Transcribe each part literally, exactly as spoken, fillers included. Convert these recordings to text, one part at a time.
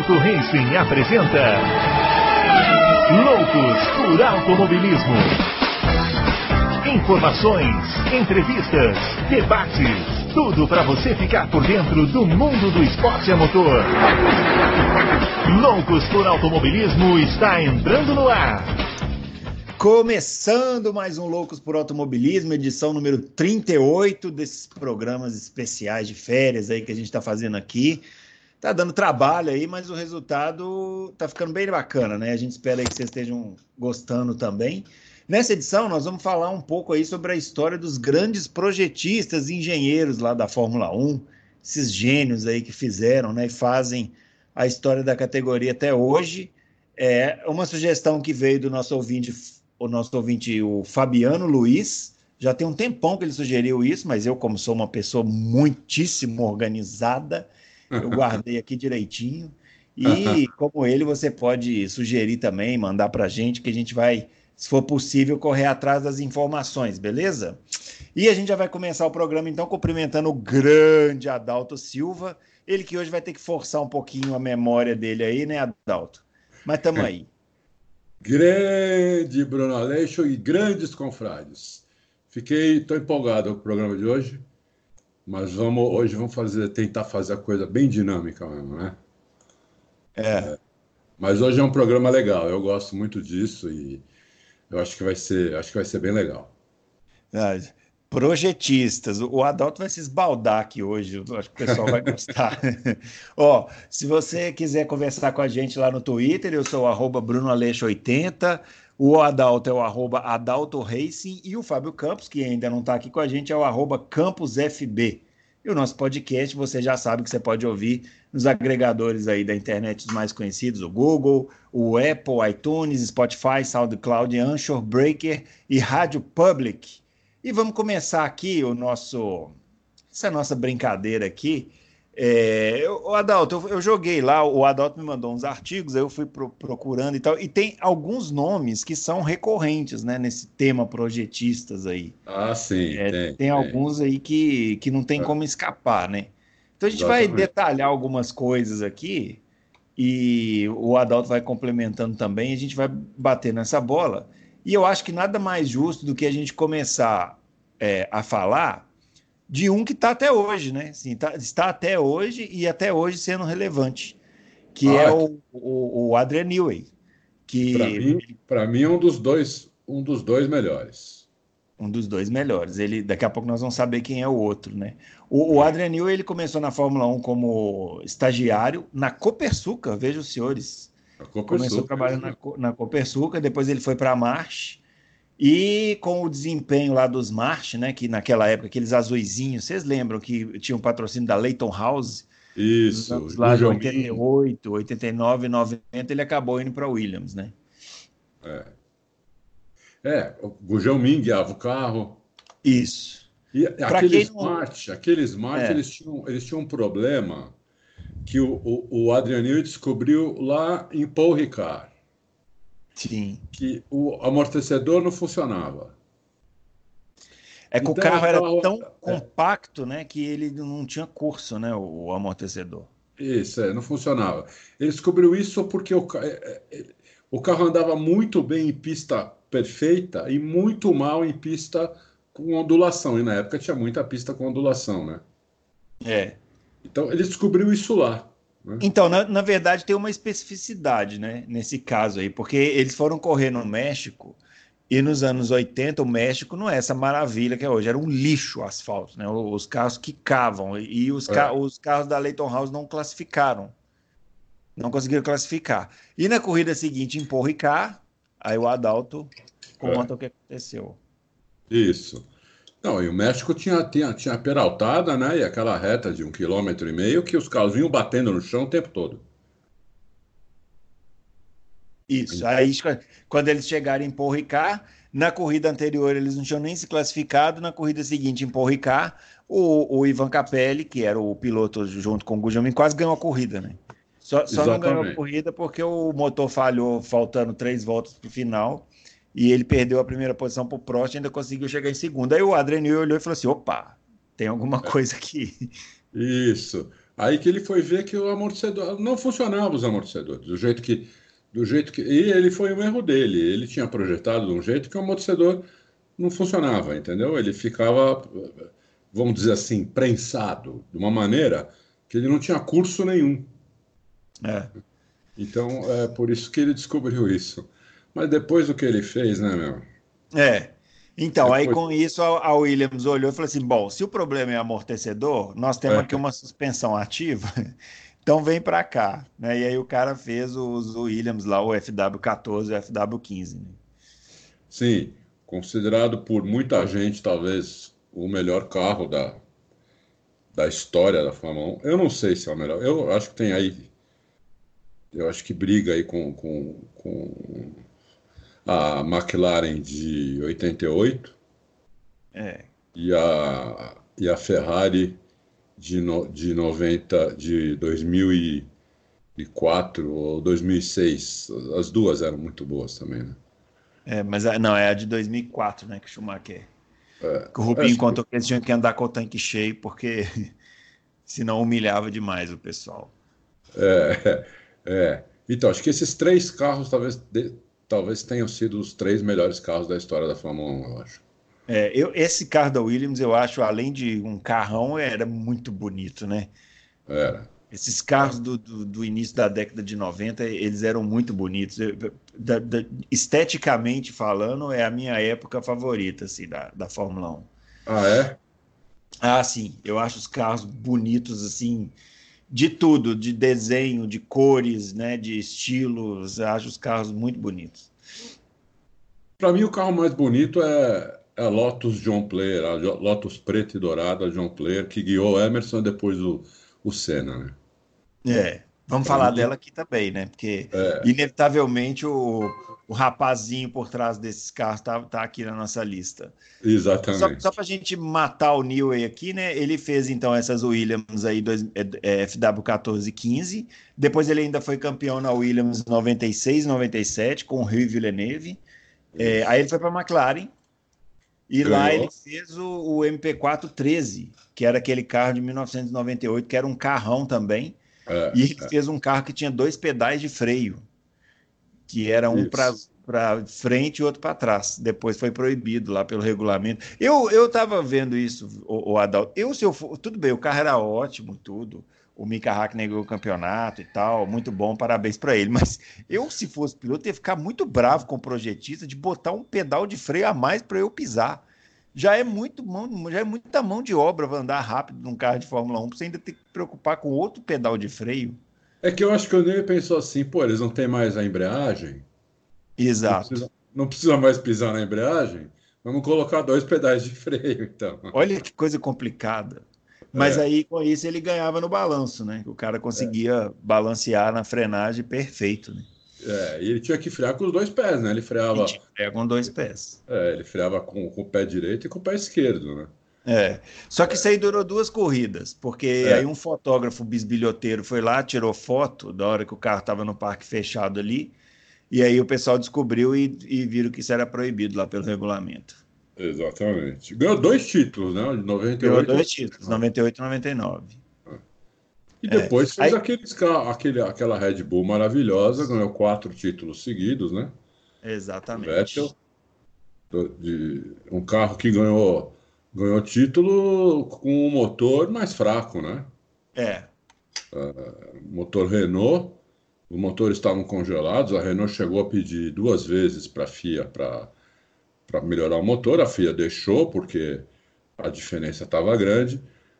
Adalto Racing apresenta Loucos por Automobilismo. Informações, entrevistas, debates, tudo para você ficar por dentro do mundo do esporte a motor. Loucos por Automobilismo está entrando no ar. Começando mais um Loucos por Automobilismo, edição número trinta e oito desses programas especiais de férias aí que a gente está fazendo aqui. Tá dando trabalho aí, mas o resultado tá ficando bem bacana, né? A gente espera aí que vocês estejam gostando também. Nessa edição, nós vamos falar um pouco aí sobre a história dos grandes projetistas e engenheiros lá da Fórmula um, esses gênios aí que fizeram, né, e fazem a história da categoria até hoje. É uma sugestão que veio do nosso ouvinte, o nosso ouvinte, o Fabiano Luiz. Já tem um tempão que ele sugeriu isso, mas eu, como sou uma pessoa muitíssimo organizada, eu guardei aqui direitinho. E, como ele, você pode sugerir também, mandar para a gente, que a gente vai, se for possível, correr atrás das informações, beleza? E a gente já vai começar o programa, então, cumprimentando o grande Adalto Silva. Ele que hoje vai ter que forçar um pouquinho a memória dele aí, né, Adalto? Mas estamos aí. Grande Bruno Aleixo e grandes confrades. Fiquei, estou empolgado com o programa de hoje. Mas vamos, hoje vamos fazer, tentar fazer a coisa bem dinâmica mesmo, né? É. É. Mas hoje é um programa legal, eu gosto muito disso e eu acho que vai ser, acho que vai ser bem legal. Ah, projetistas, o Adalto vai se esbaldar aqui hoje, eu acho que o pessoal vai gostar. Ó, se você quiser conversar com a gente lá no Twitter, eu sou o arroba Bruno Aleixo oitenta, o Adalto é o arroba Adalto Racing e o Fábio Campos, que ainda não está aqui com a gente, é o arroba Campos F B. E o nosso podcast, você já sabe que você pode ouvir nos agregadores aí da internet os mais conhecidos, o Google, o Apple, iTunes, Spotify, SoundCloud, Anchor, Breaker e Rádio Public. E vamos começar aqui o nosso, essa nossa brincadeira aqui. É, o Adalto, eu, eu joguei lá, o Adalto me mandou uns artigos, aí eu fui pro, procurando e tal, e tem alguns nomes que são recorrentes, né, nesse tema projetistas aí. Ah, sim, É, tem, tem tem. alguns aí que, que não tem como escapar, né? Então a gente vai Exatamente. detalhar algumas coisas aqui e o Adalto vai complementando também, a gente vai bater nessa bola. E eu acho que nada mais justo do que a gente começar é, a falar de um que está até hoje, né? Assim, tá, está até hoje e até hoje sendo relevante, que é Ah, o, o, o Adrian Newey, para que mim, para mim é um dos dois, um dos dois melhores. um dos dois melhores. Ele, daqui a pouco nós vamos saber quem é o outro, né? O, o Adrian Newey, ele começou na Fórmula um como estagiário na Copersucar, veja os senhores. A Começou Copersucar, trabalhando na, na Copersucar, depois ele foi para a March. E com o desempenho lá dos March, né, que naquela época, aqueles azuizinhos, vocês lembram que tinha um patrocínio da Leighton House, nos isso, anos o lá de oitenta e Jomim. oito, oitenta e nove, noventa, ele acabou indo para Williams, né? É, é, o Gujão Ming guiava o carro. Isso. E Para aquele quem não... Smart, aquele Smart, É, eles tinham, eles tinham um problema que o, o, o Adrian Newey descobriu lá em Paul Ricard, sim. que o amortecedor não funcionava. É que o Então carro o era carro, tão é, compacto, né, que ele não tinha curso, né, o, o amortecedor. isso, é, não funcionava. Ele descobriu isso porque o, ca- é, é, o carro andava muito bem em pista perfeita e muito mal em pista com ondulação. E na época tinha muita pista com ondulação, né? É. Então ele descobriu isso lá, né? Então, na, na verdade, tem uma especificidade, né, nesse caso aí, porque eles foram correr no México e nos anos oitenta o México não é essa maravilha que é hoje, era um lixo o asfalto, né, os carros quicavam e os, ca É, os carros da Leighton House não classificaram, não conseguiram classificar. E na corrida seguinte, em Paul Ricard, aí o Adalto é, conta o que aconteceu. isso. Não, e o México tinha, tinha, tinha a peraltada, né? E aquela reta de um quilômetro e meio que os carros vinham batendo no chão o tempo todo. Isso. Aí, quando eles chegaram em Paul Ricard, na corrida anterior eles não tinham nem se classificado, na corrida seguinte em Paul Ricard, o, o Ivan Capelli, que era o piloto junto com o Gugelmin, quase ganhou a corrida, né? Só, só não ganhou a Exatamente. corrida porque o motor falhou, faltando três voltas para o final, e ele perdeu a primeira posição para o Prost e ainda conseguiu chegar em segundo. Aí o Adrian Newey olhou e falou assim, opa, tem alguma coisa aqui. Isso. Aí que ele foi ver que o amortecedor não funcionava, os amortecedores, do jeito que, do jeito que, e ele foi um erro dele. Ele tinha projetado de um jeito que o amortecedor não funcionava, entendeu? Ele ficava, vamos dizer assim, prensado de uma maneira que ele não tinha curso nenhum. É. Então, é por isso que ele descobriu isso. Mas depois do que ele fez, né, meu? É. Então, aí Depois, com isso a, a Williams olhou e falou assim: bom, se o problema é amortecedor, nós temos aqui é, uma suspensão ativa, então vem para cá, né? E aí o cara fez os Williams lá, o F W quatorze e o F W quinze, né? sim, considerado por muita gente, talvez, o melhor carro da, da história da Fórmula um. Eu não sei se é o melhor. Eu acho que tem aí, eu acho que briga aí com, com, com a McLaren de oitenta e oito É. e a, e a Ferrari de, no, de noventa, de dois mil e quatro ou dois mil e seis. As duas eram muito boas também, né? É, mas a- não, é a de dois mil e quatro, né, que o Schumacher. Que o Rubinho Acho que, contou que eles tinham que andar com o tanque cheio, porque senão humilhava demais o pessoal. é, é. Então, acho que esses três carros talvez, de- talvez tenham sido os três melhores carros da história da Fórmula um, eu acho. É, eu, esse carro da Williams, eu acho, além de um carrão, era muito bonito, né? Era. Esses É. carros do, do, do início da década de noventa, eles eram muito bonitos. Eu- da- da- esteticamente falando, é a minha época favorita, assim, da, da Fórmula Um. Ah, é? Ah, sim, eu acho os carros bonitos, assim, de tudo, de desenho, de cores, né, de estilos. Eu acho os carros muito bonitos. Para mim, o carro mais bonito é, é a Lotus John Player, a Jo- Lotus preta e dourada John Player, que guiou o Emerson e depois o, o Senna, né? É, vamos Para falar mim, dela aqui também, né? Porque, é, inevitavelmente, o, o rapazinho por trás desses carros tá, tá aqui na nossa lista. Só, só para a exatamente. gente matar o Newey aqui, né? Ele fez então essas Williams aí, dois, é, é, F W quatorze e quinze. Depois ele ainda foi campeão na Williams noventa e seis, noventa e sete, com o Rio Villeneuve. É, aí Isso. ele foi para a McLaren e lá ele Ganhou. fez o, o M P quatro treze, que era aquele carro de mil novecentos e noventa e oito, que era um carrão também. E É, ele fez um carro que tinha dois pedais de freio, que era um para isso. para frente e outro para trás. Depois foi proibido lá pelo regulamento. Eu eu estava vendo isso, o, o Adalto. Eu se eu for, tudo bem, o carro era ótimo, tudo. O Mika Hakkinen ganhou o campeonato e tal, muito bom, parabéns para ele. Mas eu, se fosse piloto, ia ficar muito bravo com o projetista de botar um pedal de freio a mais para eu pisar. Já é muito mão, já é muita mão de obra para andar rápido num carro de Fórmula Um, para você ainda ter que preocupar com outro pedal de freio. É que eu acho que o Ney pensou assim, pô, eles não têm mais a embreagem, não Exato. precisa, não precisa mais pisar na embreagem, vamos colocar dois pedais de freio, então. Olha que coisa complicada. Mas É, aí, com isso, ele ganhava no balanço, né? O cara conseguia balancear na frenagem perfeito, né? é, e ele tinha que frear com os dois pés, né? Ele E freava, tinha que pegar com dois pés. é, ele freava com, com o pé direito e com o pé esquerdo, né? É. Só que isso aí durou duas corridas, porque aí É, um fotógrafo bisbilhoteiro foi lá, tirou foto da hora que o carro estava no parque fechado ali, e aí o pessoal descobriu e, e viram que isso era proibido lá pelo regulamento. exatamente. Ganhou dois títulos, né? De noventa e Ganhou oito e dois noventa e títulos, nove. noventa e oito e noventa e nove. E É. depois fez Aí, aqueles, ca- aquele, aquela Red Bull maravilhosa, ganhou quatro títulos seguidos, né? O exatamente. Vettel, do- de, um carro que ganhou, ganhou título com um motor mais fraco, né? É. Motor Renault, os motores estavam congelados, a Renault chegou a pedir duas vezes para a FIA para para melhorar o motor, a FIA deixou porque a diferença estava grande,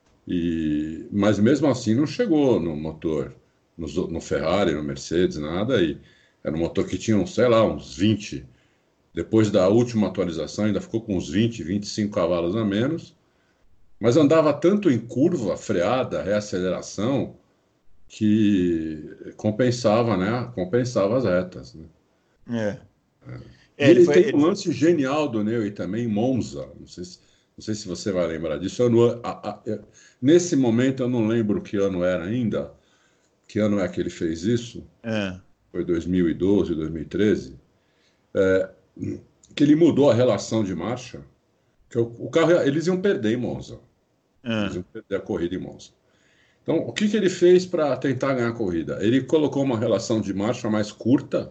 e, mas mesmo assim não chegou no motor, no, no Ferrari, no Mercedes, nada, e era um motor que tinha, sei lá, uns vinte. Depois da última atualização ainda ficou com uns vinte, vinte e cinco cavalos a menos, mas andava tanto em curva, freada, reaceleração, que compensava, né? Compensava as retas, né? É. E É, ele ele foi. tem um Ele foi- lance genial do Newey também em Monza. Não sei se, não sei se você vai lembrar disso. Eu não- a- a- eu- nesse momento eu não lembro que ano era ainda. Que ano é que ele fez isso? é, Foi dois mil e doze, dois mil e treze. Que ele mudou a relação de marcha. Que o, o carro, eles iam perder em Monza. Eles é, iam perder a corrida em Monza. Então, o que, que ele fez para tentar ganhar a corrida? Ele colocou uma relação de marcha mais curta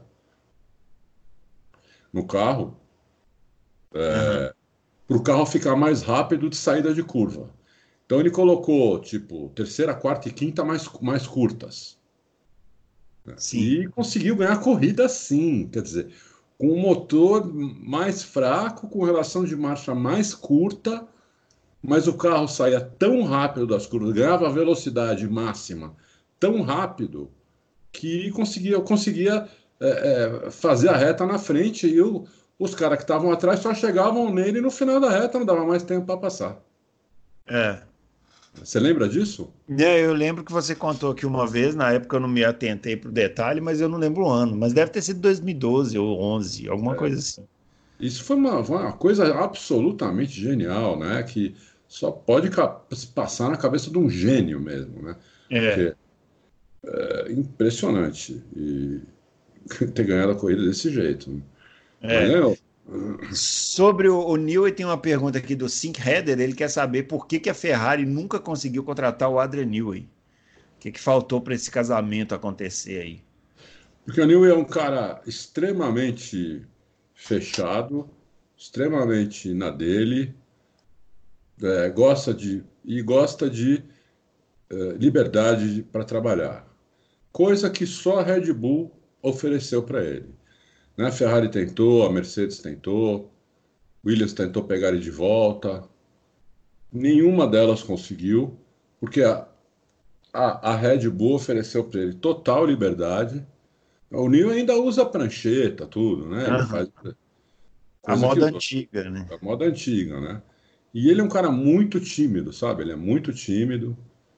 no carro, Aham. para o carro ficar mais rápido de saída de curva. Então, ele colocou, tipo, terceira, quarta e quinta mais, mais curtas. Sim. E conseguiu ganhar a corrida sim. Quer dizer, com um motor mais fraco, com relação de marcha mais curta, mas o carro saía tão rápido das curvas, ganhava velocidade máxima tão rápido que conseguia, conseguia é, é, fazer a reta na frente e o, os caras que estavam atrás só chegavam nele no final da reta, não dava mais tempo para passar. É. Você lembra disso? É, eu lembro que você contou aqui uma vez, na época eu não me atentei pro detalhe, mas eu não lembro o ano. Mas deve ter sido dois mil e doze ou onze, alguma coisa assim. Isso foi uma, foi uma coisa absolutamente genial, né? Que só pode ca- passar na cabeça de um gênio mesmo, né? É. Porque é impressionante e ter ganhado a corrida desse jeito, né? Mas É. ganhou. Sobre o, o Newey, tem uma pergunta aqui do Sink Header. Ele quer saber por que, que a Ferrari nunca conseguiu contratar o Adrian Newey. O que, que faltou para esse casamento acontecer aí? Porque o Newey é um cara extremamente fechado, extremamente na dele, é, gosta de e gosta de é, liberdade para trabalhar, coisa que só a Red Bull ofereceu para ele. Né? A Ferrari tentou, a Mercedes tentou, Williams tentou pegar ele de volta, nenhuma delas conseguiu, porque a, a, a Red Bull ofereceu para ele total liberdade. O Newey ainda usa prancheta, tudo, né? Ele Aham. faz A coisa que moda os antiga, né? a moda antiga, né? E ele é um cara muito tímido, sabe? Ele é muito tímido,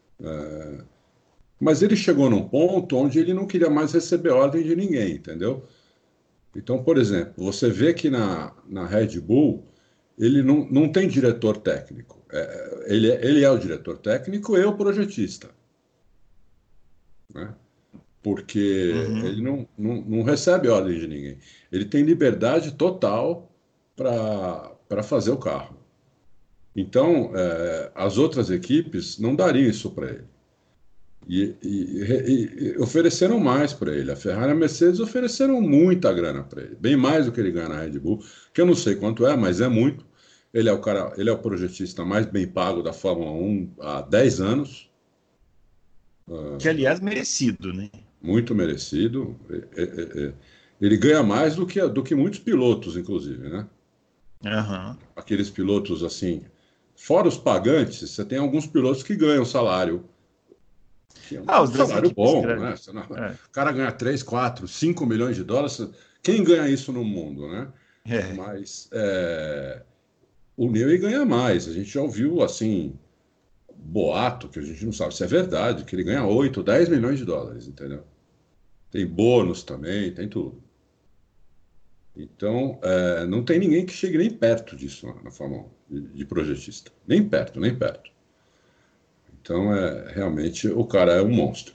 mas ele chegou num ponto onde ele não queria mais receber ordem de ninguém, entendeu? Então, por exemplo, você vê que na, na Red Bull ele não, não tem diretor técnico. É, ele, é- ele é o diretor técnico e o projetista, né? Porque Uhum. ele não, não, não recebe ordem de ninguém. Ele tem liberdade total para para fazer o carro. Então, é, as outras equipes não dariam isso para ele. E, e- e- e ofereceram mais para ele. A Ferrari e a Mercedes ofereceram muita grana para ele, bem mais do que ele ganha na Red Bull, que eu não sei quanto é, mas é muito. Ele é o cara, ele é o projetista mais bem pago da Fórmula Um há dez anos, Que, aliás, merecido, né? muito merecido. É- é- é- Ele ganha mais do que, do que muitos pilotos, inclusive, né? Aham. Aqueles pilotos assim, fora os pagantes, você tem alguns pilotos que ganham salário, que é Ah, um os das salário equipes bom, né? grandes. Você não- O É. cara ganha três, quatro, cinco milhões de dólares. Quem ganha isso no mundo, né? É. Mas é, o Newey ganha mais. A gente já ouviu assim, boato, que a gente não sabe se é verdade, que ele ganha oito, dez milhões de dólares, entendeu? Tem bônus também, tem tudo. Então, é, não tem ninguém que chegue nem perto disso na, na Fórmula um, de, de projetista. Nem perto, nem perto. Então, é, realmente, o cara é um monstro.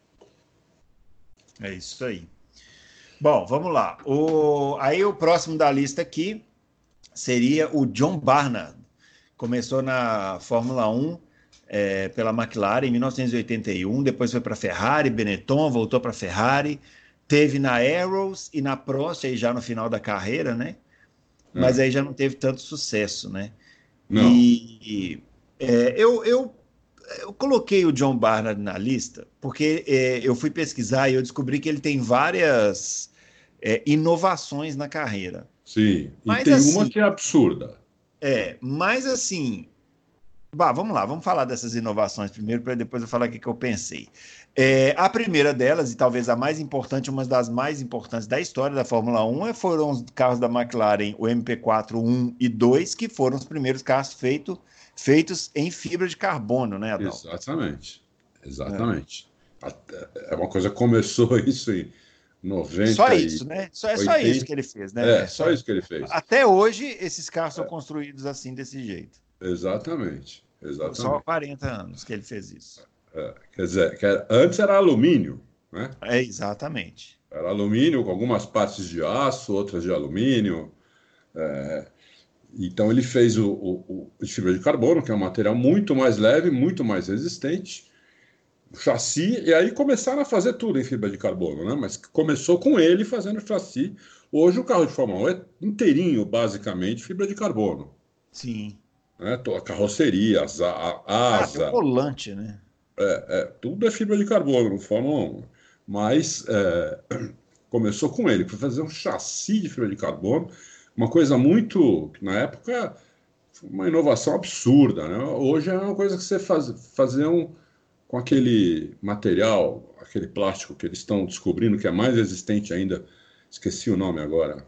É isso aí. Bom, vamos lá. O... Aí o próximo da lista aqui seria o John Barnard. Começou na Fórmula um é, pela McLaren em mil novecentos e oitenta e um, depois foi para a Ferrari, Benetton, voltou para a Ferrari, teve na Arrows e na Prost aí já no final da carreira, né? Mas É. aí já não teve tanto sucesso, né? Não, E é, eu, eu, eu coloquei o John Barnard na lista porque é, eu fui pesquisar e eu descobri que ele tem várias é, inovações na carreira. sim. E Mas tem uma assim, que é absurda. é, mas assim, bah, vamos lá, vamos falar dessas inovações primeiro, para depois eu falar o que, que eu pensei. É, a primeira delas, e talvez a mais importante, uma das mais importantes da história da Fórmula um, é- foram os carros da McLaren, o M P quatro um e dois, que foram os primeiros carros feito, feitos em fibra de carbono, né, Adalto? Exatamente. É. Exatamente. Até- É uma coisa que começou isso em Só noventa e isso, né? Só, é só isso oitenta. que ele fez, né? É, É só só... isso que ele fez. Até hoje, esses carros são construídos assim, desse jeito. Exatamente. Só Exatamente. quarenta anos que ele fez isso. Quer dizer, que era- antes era alumínio, né? É, exatamente. Era alumínio com algumas partes de aço, outras de alumínio. Então ele fez o, o, o de fibra de carbono, que é um material muito mais leve, muito mais resistente, chassi, e aí começaram a fazer tudo em fibra de carbono, né? Mas começou com ele fazendo chassi. Hoje o carro de Fórmula um é inteirinho, basicamente, fibra de carbono. Sim. Né? A carroceria, a, a Ah, tem um asa, volante, né? é, tudo é fibra de carbono no Fórmula um. Mas é, começou com ele, foi fazer um chassi de fibra de carbono, uma coisa muito, na época, uma inovação absurda, né? Hoje é uma coisa que você faz, fazer um, com aquele material, aquele plástico que eles estão descobrindo que é mais resistente ainda, esqueci o nome agora.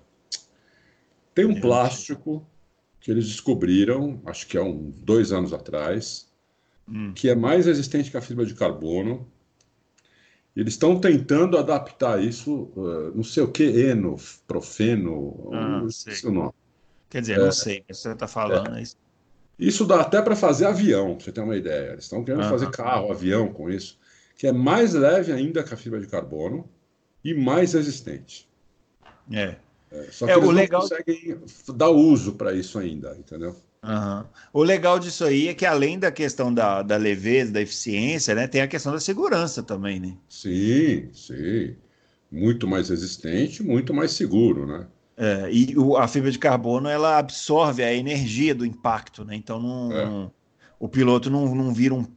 Tem um Eu não sei. plástico que eles descobriram, acho que há uns dois anos atrás, Hum. que é mais resistente que a fibra de carbono. Eles estão tentando adaptar isso, uh, não sei o que, eno, profeno, Ah, não sei. esqueci o nome. Quer dizer, não sei, mas você está falando é isso. Isso dá até para fazer avião, pra você ter uma ideia. Eles estão querendo fazer Aham. carro, avião com isso, que é mais leve ainda que a fibra de carbono e mais resistente. É. É, só É, que o eles não legal. conseguem dar uso para isso ainda, entendeu? Aham. O legal disso aí é que além da questão da, da leveza, da eficiência, né, tem a questão da segurança também, né? Sim, sim. Muito mais resistente, muito mais seguro, né? É, e o- a fibra de carbono ela absorve a energia do impacto, né? Então não, É, não- o piloto não, não vira um,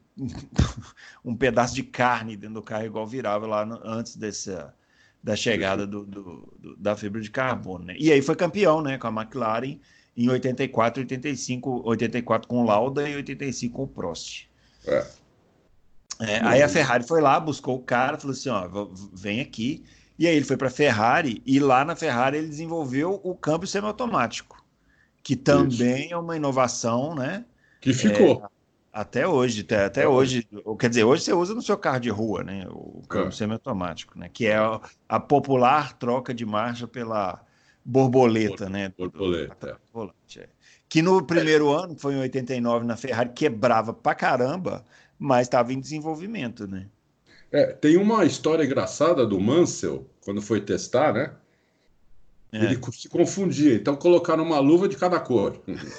um pedaço de carne dentro do carro igual virava lá no- antes dessa, da chegada do, do- do- da fibra de carbono, né? E aí foi campeão, né, com a McLaren em oitenta e quatro, oitenta e cinco, oitenta e quatro com o Lauda e oitenta e cinco com o Prost. é. É, aí a Não, Ferrari foi lá, buscou o cara, falou assim, ó, v- vem aqui. E aí ele foi para a Ferrari e lá na Ferrari ele desenvolveu o câmbio semiautomático, que isso. também é uma inovação, né? Que ficou. Até hoje, até, até Até hoje. hoje, ou quer dizer, hoje você usa no seu carro de rua, né? O câmbio É. semiautomático, né? Que é a, a popular troca de marcha pela borboleta, né? Do, do- Borboleta. atrás do volante, é. Que no primeiro ano, que foi em oitenta e nove na Ferrari, quebrava pra caramba, mas estava em desenvolvimento, né? É, tem uma história engraçada do Mansell, quando foi testar, né? Ele É. co- se confundia, então colocaram uma luva de cada cor.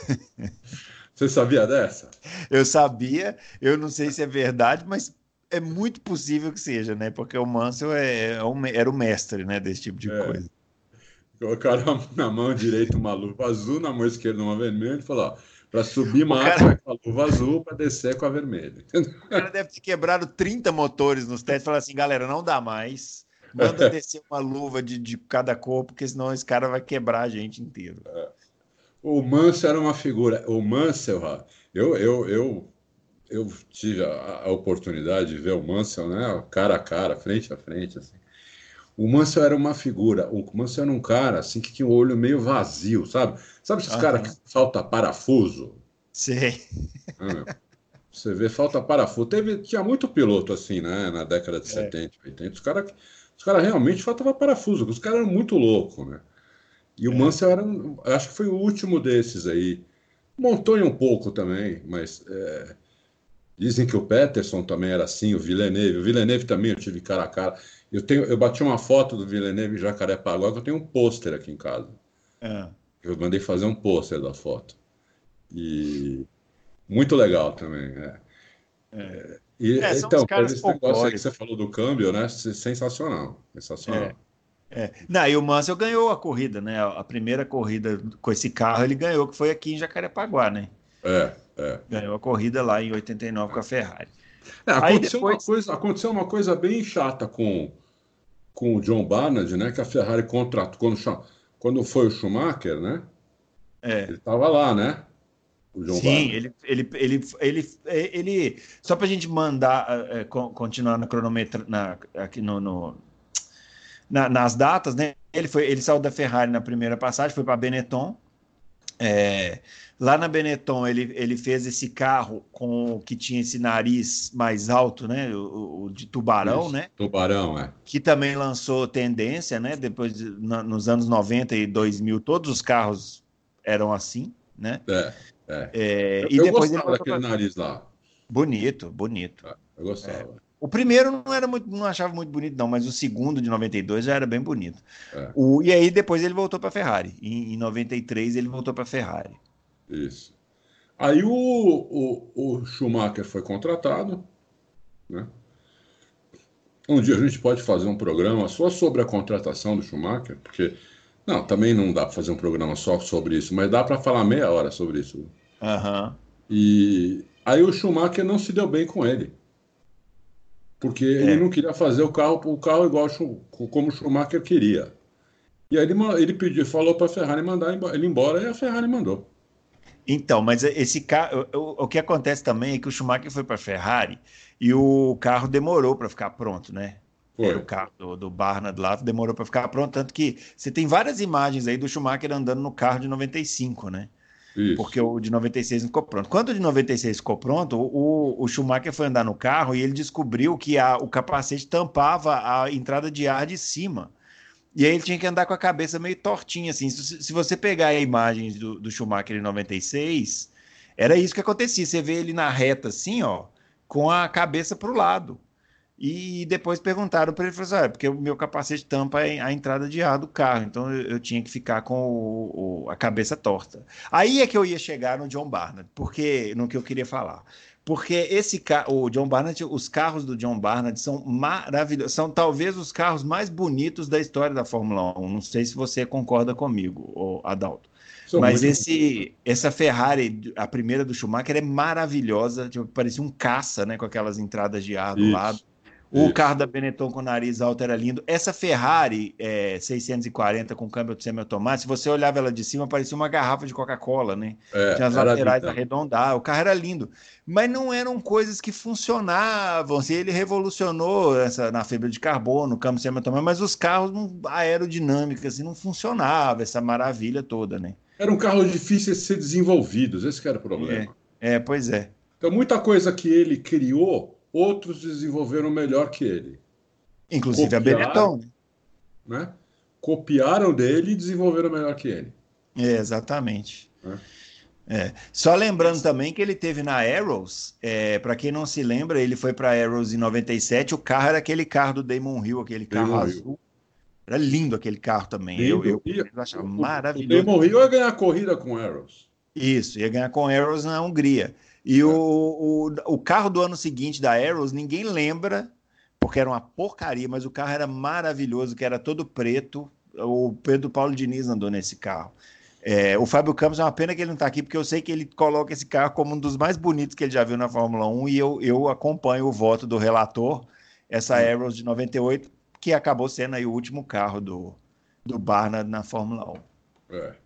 Você sabia dessa? Eu sabia, eu não sei se é verdade, mas é muito possível que seja, né? Porque o Mansell é, é um- era o mestre, né, desse tipo de É. coisa. Colocaram na mão direita uma luva azul, na mão esquerda uma vermelha, e falou, ó, para subir O marcha vai cara, com a luva azul, para descer com a vermelha. o cara deve ter quebrado trinta motores nos testes e falar assim, galera, não dá mais. Manda descer uma luva de, de cada cor, porque senão esse cara vai quebrar a gente inteiro. O Mansell era uma figura. O Mansell, ó, eu, eu, eu, eu tive a, a oportunidade de ver o Mansell, né, cara a cara, frente a frente, assim. O Mansell era uma figura. O Mansell era um cara assim que tinha o olho meio vazio, sabe? Sabe esses caras Aham, que falta parafuso? sei. Ah, meu, você vê, falta parafuso. Teve, tinha muito piloto assim, né? Na década de É, setenta, oitenta. Os caras os cara realmente faltava parafuso. Os caras eram muito loucos, né? E o é. Mansell era, um- acho que foi o último desses aí. Montoya um pouco também, mas é, dizem que o Peterson também era assim, o Villeneuve. O Villeneuve também eu tive cara a cara. Eu tenho, eu bati uma foto do Villeneuve em Jacarepaguá, que eu tenho um pôster aqui em casa. É, Eu mandei fazer um pôster da foto. E muito legal também, né? é. E, É, são os então, teve caras esse negócio aí que você folclóricos. falou do câmbio, né? Sensacional, É, sensacional. é. Não, e o Mansell ganhou a corrida, né? A primeira corrida com esse carro ele ganhou, que foi aqui em Jacarepaguá, né? É, é. Ganhou a corrida lá em oitenta e nove com a Ferrari. É, Aí aconteceu uma depois. coisa, aconteceu uma coisa bem chata com, com o John Barnard, né? Que a Ferrari contratou quando, cha- quando foi o Schumacher, né? É, Ele estava lá, né? O John sim, Barnard. ele, ele, ele, ele, ele, só para a gente mandar, é, con- continuar na cronometra, na, aqui no, no- na- nas datas, né? Ele foi, ele saiu da Ferrari na primeira passagem, foi para a Benetton. É, lá na Benetton ele, ele fez esse carro com que tinha esse nariz mais alto, né? O, o de tubarão, Isso. né? Tubarão, é. Que também lançou tendência, né? Depois, de- na- nos anos noventa e dois mil, todos os carros eram assim, né? É, é. É, Eu, e eu depois ele gostava voltou daquele para. nariz lá. Bonito, bonito. É, eu gostava. O primeiro não era muito, não achava muito bonito, não, mas o segundo de noventa e dois já era bem bonito. É, O, e aí depois ele voltou para a Ferrari. Em, em noventa e três ele voltou para a Ferrari. isso. Aí o, o, o Schumacher foi contratado, né? Um dia a gente pode fazer um programa só sobre a contratação do Schumacher, porque não, também não dá para fazer um programa só sobre isso, mas dá para falar meia hora sobre isso. Aham. E aí o Schumacher não se deu bem com ele, porque ele É. não queria fazer o carro, o carro igual o Schu- como o Schumacher queria. E aí ele, ma- ele pediu, falou para a Ferrari mandar embo- ele embora e a Ferrari mandou. Então, mas esse carro, o, o que acontece também é que o Schumacher foi para a Ferrari e o carro demorou para ficar pronto, né? Era Foi. o carro do, do Barnard lá, demorou para ficar pronto, tanto que você tem várias imagens aí do Schumacher andando no carro de noventa e cinco, né? Porque Isso. o de noventa e seis não ficou pronto. Quando o de noventa e seis ficou pronto, o, o Schumacher foi andar no carro e ele descobriu que a, o capacete tampava a entrada de ar de cima. E aí ele tinha que andar com a cabeça meio tortinha, assim. Se, se você pegar a imagem do, do Schumacher em noventa e seis, era isso que acontecia. Você vê ele na reta, assim, ó, com a cabeça para o lado. E depois perguntaram para ele, falou assim, ah, é porque o meu capacete tampa a entrada de ar do carro, então eu, eu tinha que ficar com o- o- a cabeça torta. Aí é que eu ia chegar no John Barnett, porque no que eu queria falar. Porque esse ca- o John Barnett, os carros do John Barnett são maravilhosos, são talvez os carros mais bonitos da história da Fórmula Um. Não sei se você concorda comigo, ô Adalto. São Mas muito. esse, essa Ferrari, a primeira do Schumacher, é maravilhosa, tipo, parecia um caça, né, com aquelas entradas de ar do lado. Isso. O carro Isso. da Benetton com o nariz alto era lindo. Essa Ferrari é, seiscentos e quarenta com câmbio semiautomático, se você olhava ela de cima, parecia uma garrafa de Coca-Cola, né? É, Tinha as era laterais linda. arredondadas, o carro era lindo. Mas não eram coisas que funcionavam. Assim, ele revolucionou essa, na fibra de carbono, câmbio semiautomático, mas os carros não, a aerodinâmica assim, não funcionava, essa maravilha toda, né? Eram carros difíceis de ser desenvolvidos, esse que era o É, problema. é, pois é. Então, muita coisa que ele criou, outros desenvolveram melhor que ele. Inclusive a Copiaram, Benetton, né? né? Copiaram dele e desenvolveram melhor que ele. É, exatamente. Né? É. Só lembrando também que ele teve na Arrows, é, para quem não se lembra, ele foi para Arrows em noventa e sete, o carro era aquele carro do Damon Hill, aquele carro Damon Hill. azul. Era lindo aquele carro também. Eu, Lindo. eu, E eu achava o, o, o maravilhoso. Damon Hill ia ganhar a corrida com Arrows. Isso, ia ganhar com Arrows na Hungria. E o, É. o, o carro do ano seguinte da Arrows, ninguém lembra, porque era uma porcaria, mas o carro era maravilhoso, que era todo preto. O Pedro Paulo Diniz andou nesse carro. É, o Fábio Campos é uma pena que ele não está aqui, porque eu sei que ele coloca esse carro como um dos mais bonitos que ele já viu na Fórmula Um, e eu, eu acompanho o voto do relator, essa Hum. Arrows de noventa e oito, que acabou sendo aí o último carro do, do Barnard na Fórmula Um. É.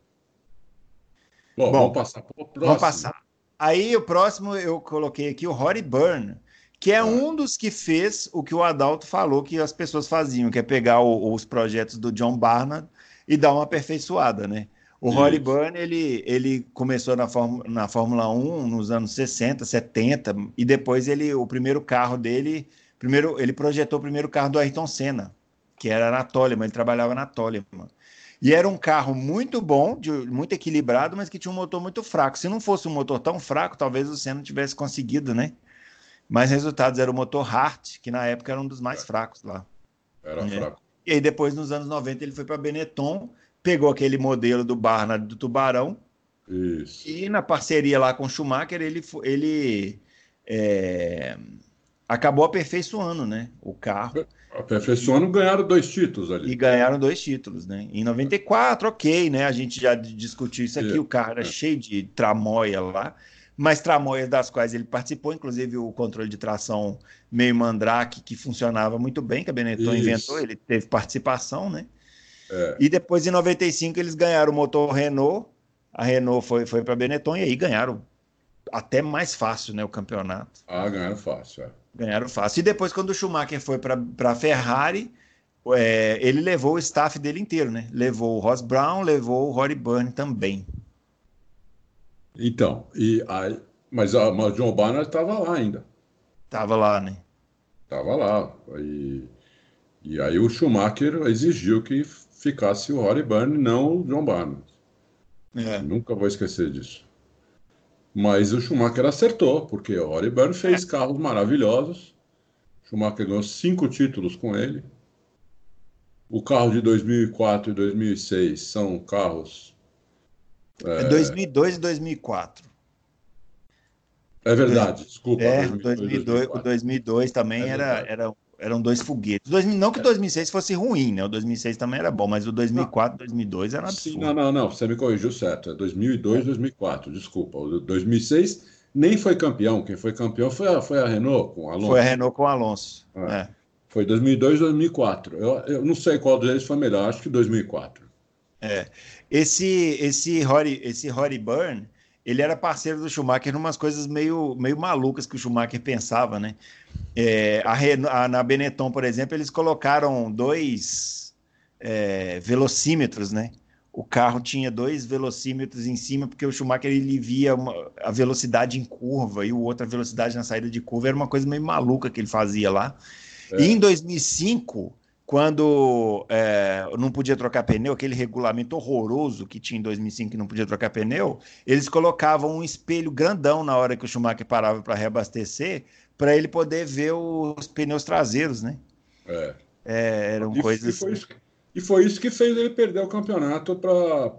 Bom, vamos Bom, passar para o vamos próximo. passar. Aí o próximo eu coloquei aqui o Rory Byrne, que é Ah, um dos que fez o que o Adalto falou que as pessoas faziam, que é pegar o- os projetos do John Barnard e dar uma aperfeiçoada, né? O Rory isso. Byrne, ele, ele começou na, Fórmula- na Fórmula Um nos anos sessenta, setenta, e depois ele, o primeiro carro dele, primeiro, ele projetou o primeiro carro do Ayrton Senna, que era na Toleman, ele trabalhava na Toleman. E era um carro muito bom, de- muito equilibrado, mas que tinha um motor muito fraco. Se não fosse um motor tão fraco, talvez o Senna tivesse conseguido, né? Mas resultados era o motor Hart, que na época era um dos mais fracos lá. Era Né? fraco. E aí depois, nos anos noventa, ele foi para a Benetton, pegou aquele modelo do Barnard do Tubarão, Isso. e na parceria lá com o Schumacher, ele, fo- ele é, acabou aperfeiçoando, né, o carro. Aperfeiçoando, ganharam dois títulos E ali. ganharam dois títulos, né? Em noventa e quatro, ok, né? A gente já discutiu isso aqui, É, o carro era é. cheio de tramóia lá, mas tramóias das quais ele participou, inclusive o controle de tração meio mandrake, que funcionava muito bem, que a Benetton inventou, Isso. ele teve participação, né? É. E depois, em noventa e cinco, eles ganharam o motor Renault, a Renault foi, foi para a Benetton, e aí ganharam até mais fácil, né, o campeonato. Ah, ganharam fácil. É. Ganharam fácil. E depois, quando o Schumacher foi para a Ferrari, é, ele levou o staff dele inteiro, né? Levou o Ross Brown, levou o Rory Byrne também. Então, e aí, mas, a, mas o John Barnard estava lá ainda. Tava lá, né? Estava lá. E, e aí o Schumacher exigiu que ficasse o Rory Byrne, não o John Barnard. É. Nunca vou esquecer disso. Mas o Schumacher acertou, porque o Rory Byrne fez carros maravilhosos. O Schumacher ganhou cinco títulos com ele. O carro de dois mil e quatro e dois mil e seis são carros. É dois mil e dois e dois mil e quatro. É verdade, desculpa, É, dois mil e dois e dois mil e dois, o dois mil e quatro. dois mil e dois também É era, verdade. era eram dois foguetes. dois mil, não que o dois mil e seis fosse ruim, né? O dois mil e seis também era bom, mas o dois mil e quatro, dois mil e dois era um Sim, absurdo. não, não, não, você me corrigiu certo. É dois mil e dois, dois mil e quatro, desculpa. O dois mil e seis nem foi campeão. Quem foi campeão foi a, foi a Renault com o Foi a Alonso. Renault com o Alonso. É. É. Foi dois mil e dois, dois mil e quatro. Eu, eu não sei qual deles foi melhor, acho que dois mil e quatro. É. Esse, esse, Rory, esse Rory Byrne, ele era parceiro do Schumacher em umas coisas meio, meio malucas que o Schumacher pensava, né? É, a Renault, a, na Benetton, por exemplo, eles colocaram dois é, velocímetros, né? O carro tinha dois velocímetros em cima, porque o Schumacher ele via uma, a velocidade em curva e o outro a velocidade na saída de curva. Era uma coisa meio maluca que ele fazia lá. É. E em dois mil e cinco, quando é, não podia trocar pneu, aquele regulamento horroroso que tinha em dois mil e cinco que não podia trocar pneu, eles colocavam um espelho grandão na hora que o Schumacher parava para reabastecer, para ele poder ver os pneus traseiros, né? É. É, eram E, coisas... e, foi isso, e foi isso que fez ele perder o campeonato para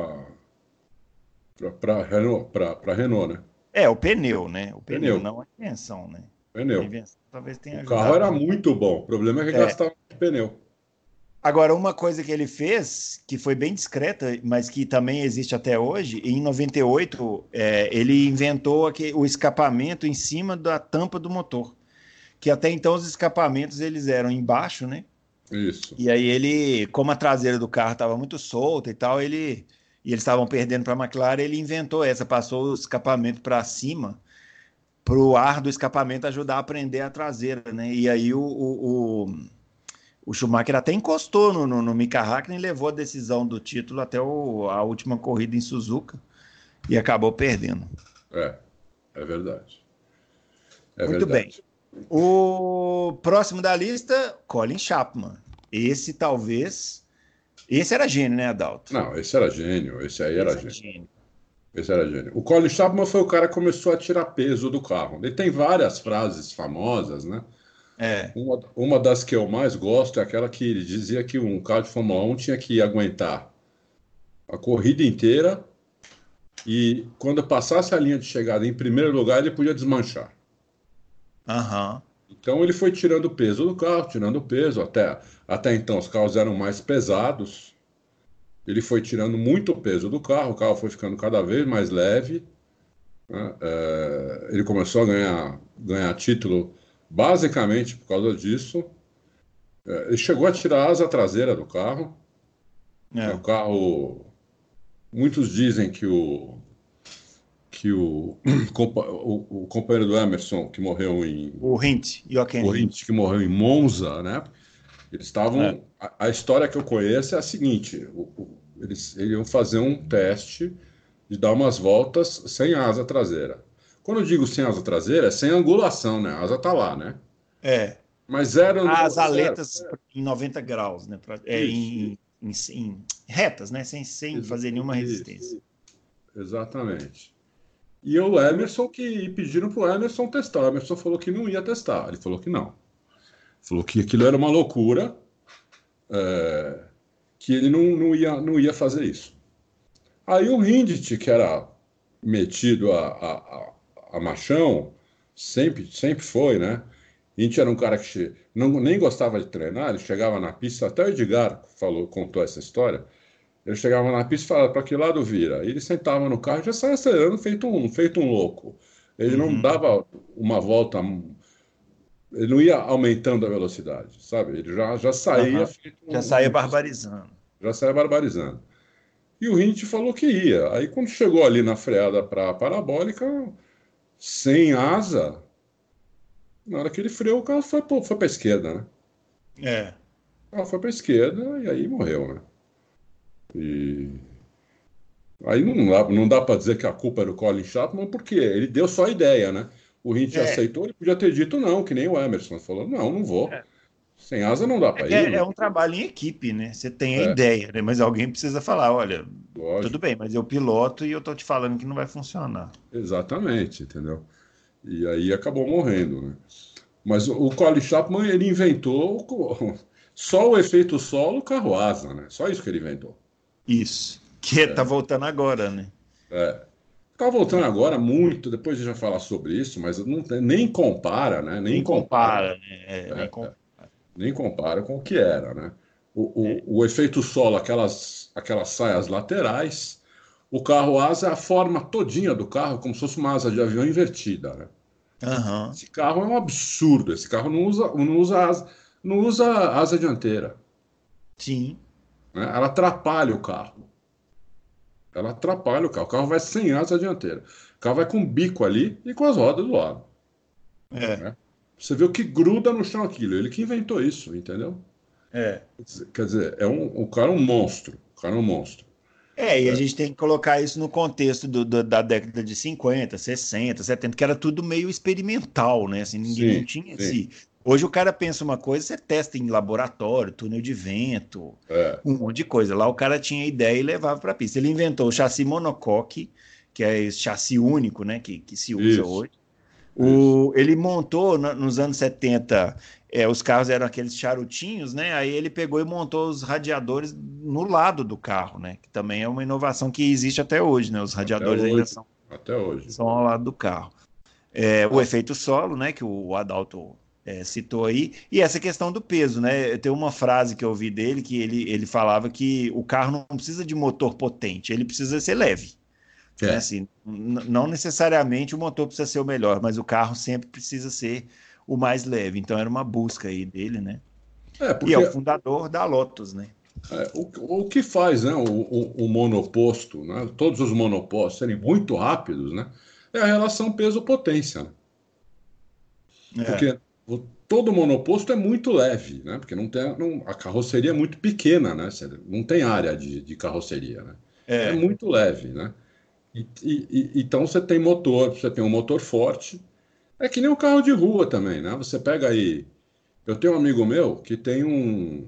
para Renault, para Renault, né? É, o pneu, né? O pneu, Pneu. não a invenção, né? A Pneu. invenção talvez tenha O carro ajudado. era muito bom. O problema é que É. gastava muito pneu. Agora, uma coisa que ele fez, que foi bem discreta, mas que também existe até hoje, em noventa e oito, é, ele inventou aqui, o escapamento em cima da tampa do motor. Que até então os escapamentos eles eram embaixo, né? Isso. E aí ele, como a traseira do carro estava muito solta e tal, ele e eles estavam perdendo para a McLaren, ele inventou essa, passou o escapamento para cima, para o ar do escapamento ajudar a prender a traseira, né? E aí o, o, o, o Schumacher até encostou no, no, no Mika Hakkinen e levou a decisão do título até o, a última corrida em Suzuka e acabou perdendo. É, é verdade. É Muito verdade. bem. O próximo da lista, Colin Chapman. Esse talvez... Esse era gênio, né, Adalto? Não, esse era gênio. Esse aí era Esse é gênio. gênio. Esse era gênio. O Colin Chapman foi o cara que começou a tirar peso do carro. Ele tem várias frases famosas, né? É. Uma, uma das que eu mais gosto é aquela que ele dizia que um carro de Fórmula um tinha que aguentar a corrida inteira e quando passasse a linha de chegada em primeiro lugar, ele podia desmanchar. Aham. Então ele foi tirando o peso do carro, tirando o peso, até, até então os carros eram mais pesados. Ele foi tirando muito peso do carro, o carro foi ficando cada vez mais leve, né? É, ele começou a ganhar, ganhar título basicamente por causa disso. É, ele chegou a tirar a asa traseira do carro. É. O carro. Muitos dizem que o que o, o, o companheiro do Emerson, que morreu em. O Hint, Jochen O Hint. Hint, que morreu em Monza, né? Eles estavam. É. A, a história que eu conheço é a seguinte: o, o, eles, eles iam fazer um teste de dar umas voltas sem asa traseira. Quando eu digo sem asa traseira, é sem angulação, né? A asa tá lá, né? É. Mas zero. As zero. aletas em noventa graus, né? Pra- É, em, em, em retas, né? Sem, sem Isso, fazer nenhuma isso. resistência. Exatamente. E o Emerson que e pediram para o Emerson testar. O Emerson falou que não ia testar. Ele falou que não. Falou que aquilo era uma loucura, é, que ele não, não, ia, não ia fazer isso. Aí o Hindit, que era metido a, a, a, a machão, sempre, sempre foi, né? Hindit era um cara que che- não, nem gostava de treinar, ele chegava na pista, até o Edgar falou, contou essa história. Ele chegava na pista e falava, para que lado vira? E ele sentava no carro e já saia acelerando, feito um, feito um louco. Ele não Uhum. dava uma volta, ele não ia aumentando a velocidade, sabe? Ele já, já saía Aham. feito um, Já saía um- barbarizando. já saía barbarizando. E o Hint falou que ia. Aí quando chegou ali na freada para a parabólica, sem asa, na hora que ele freou, o carro foi, foi para a esquerda, né? É. O carro foi para a esquerda e aí morreu, né? E aí não dá, não dá para dizer que a culpa era do Colin Chapman, porque ele deu só a ideia, né? O Hint É. aceitou, ele podia ter dito não, que nem o Emerson. Falou, não, não vou. É. Sem asa não dá para ir. É, é né? um trabalho em equipe, né? Você tem a É. ideia, né? Mas alguém precisa falar, olha, Lógico. tudo bem, mas eu piloto e eu tô te falando que não vai funcionar. Exatamente, entendeu? E aí acabou morrendo, né? Mas o, o Colin Chapman, ele inventou o- só o efeito solo, carro asa, né? Só isso que ele inventou. Isso. Que tá voltando agora, né? É. Tá voltando agora muito, depois a gente vai falar sobre isso, mas não tem- nem compara, né? Nem, Nem compara. compara, né? É, nem compara. Nem compara com o que era, né? O, É. o, o efeito solo, aquelas, aquelas saias laterais, o carro asa é a forma todinha do carro, como se fosse uma asa de avião invertida, né? Aham. Esse carro é um absurdo. Esse carro não usa, não usa, asa, não usa asa dianteira, Sim. né? Ela atrapalha o carro. Ela atrapalha o carro. O carro vai sem asa dianteira. O carro vai com o bico ali e com as rodas do lado, É. né? Você vê o que gruda no chão aquilo. Ele que inventou isso, entendeu? É. Quer dizer, é um, o cara é um monstro. O cara é um monstro. É, e a gente tem que colocar isso no contexto do- do- da década de cinquenta, sessenta, setenta, que era tudo meio experimental, né? Assim, ninguém não Sim, tinha sim. esse. Hoje o cara pensa uma coisa, você testa em laboratório, túnel de vento, É, um monte de coisa. Lá o cara tinha ideia e levava para a pista. Ele inventou o chassi monocoque, que é esse chassi único, né? Que, que se usa isso, hoje. isso. O, ele montou na- nos anos setenta, é, os carros eram aqueles charutinhos, né? Aí ele pegou e montou os radiadores no lado do carro, né? Que também é uma inovação que existe até hoje, né? Os Até radiadores ainda hoje. são, Até hoje. são ao lado do carro. É, o Ah, efeito solo, né? Que o Adalto é, citou aí, e essa questão do peso, né? Tem uma frase que eu ouvi dele que ele, ele falava que o carro não precisa de motor potente, ele precisa ser leve. Né? é. Assim, não necessariamente o motor precisa ser o melhor, mas o carro sempre precisa ser o mais leve. Então era uma busca aí dele, né? É, E é porque o fundador da Lotus, né? é, o, o que faz, né, o, o, o monoposto, né, todos os monopostos serem muito rápidos, né, é a relação peso-potência, né? É, Porque o- todo monoposto é muito leve, né? Porque não tem, não- a carroceria é muito pequena, né? Você não tem área de, de carroceria, né? É é, muito leve, né? E, e- e- então você tem motor, você tem um motor forte. É que nem um carro de rua também, né? Você pega aí. Eu tenho um amigo meu que tem um,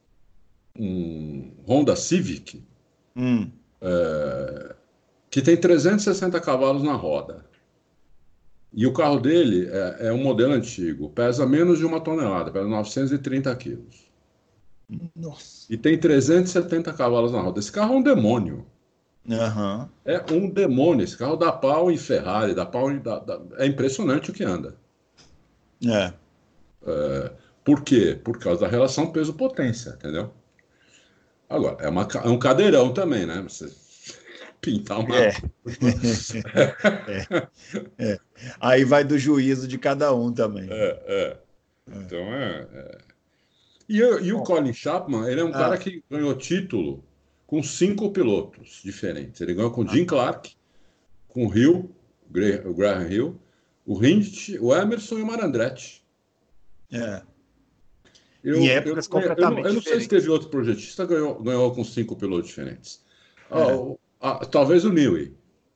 um Honda Civic hum, que tem trezentos e sessenta cavalos na roda. E o carro dele é, é um modelo antigo, pesa menos de uma tonelada, pesa novecentos e trinta quilos. nossa. E tem trezentos e setenta cavalos na roda. Esse carro é um demônio. Aham. É um demônio. Esse carro dá pau em Ferrari, dá pau em. dá- dá- É impressionante o que anda. É. Por quê? Por causa da relação peso-potência, entendeu? Agora, é, uma ca- é um cadeirão também, né? Você pintar uma É. curva. É. É. Aí vai do juízo de cada um também, né? É, é. Então é. é. E, eu- e o Bom, Colin Chapman, ele é um cara ah, que ganhou título com cinco pilotos diferentes. Ele ganhou com Jim ah, Clark, com o Hill, o Gra- o Graham Hill, o Hindt, o Emerson e o Marandretti. é. Em Eu, eu, épocas eu, não, completamente eu não sei se diferentes. teve outro projetista que ganhou, ganhou com cinco pilotos diferentes. Ah, É. o- ah, talvez o Newey,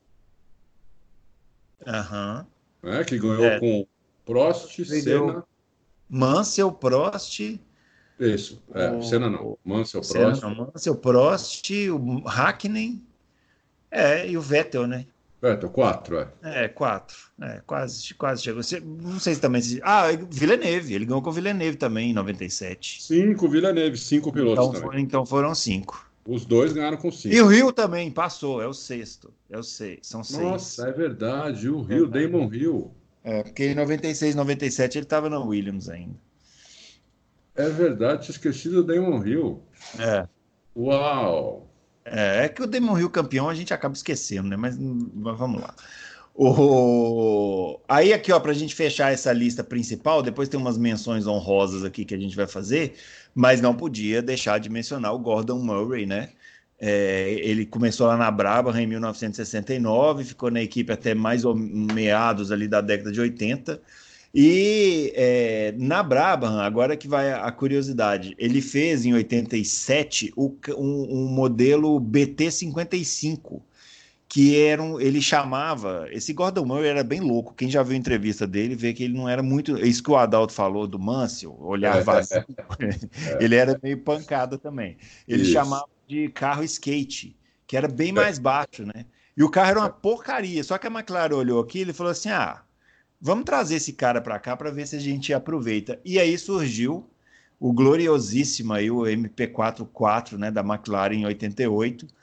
Aham. né, que ganhou É. com Prost, Ele deu Senna. Mansell, Prost, Isso, é, Senna não. o, Mansell, o Senna Prost. não, Mansell, Prost, o Hakkinen, é, e o Vettel, né? Vettel, quatro, é. É, quatro. É, quase, quase chegou. Você- Não sei se também. se- Ah, Villeneuve. Ele ganhou com o Villeneuve também em noventa e sete. Cinco, Villeneuve, cinco pilotos Então, também. foi- então foram cinco. Os dois ganharam com E o cinco. Rio também passou, é o sexto. É o seis, são Nossa, seis. é verdade. O Rio, Verdade. Damon Hill. É, porque em noventa e seis, noventa e sete ele estava na Williams ainda. É verdade, tinha esquecido o Damon Hill. É. Uau! É, é que o Damon Hill campeão a gente acaba esquecendo, né? Mas, mas vamos lá. O... Aí aqui, ó, para a gente fechar essa lista principal, depois tem umas menções honrosas aqui que a gente vai fazer, mas não podia deixar de mencionar o Gordon Murray, né? É, ele começou lá na Brabham em mil novecentos e sessenta e nove, ficou na equipe até mais ou meados ali da década de oitenta. E é, na Brabham, agora que vai a curiosidade, ele fez em oitenta e sete o, um, um modelo B T cinquenta e cinco, que era um, ele chamava, esse Gordon Murray era bem louco, quem já viu a entrevista dele vê que ele não era muito, isso que o Adalto falou do Mansell, olhar vazio, ele era meio pancada também, ele Isso. chamava de carro skate, que era bem mais baixo, né, e o carro era uma porcaria, só que a McLaren olhou aqui e ele falou assim, ah, vamos trazer esse cara para cá para ver se a gente aproveita, e aí surgiu o gloriosíssimo aí, o M P quatro quatro, né, da McLaren em oitenta e oito,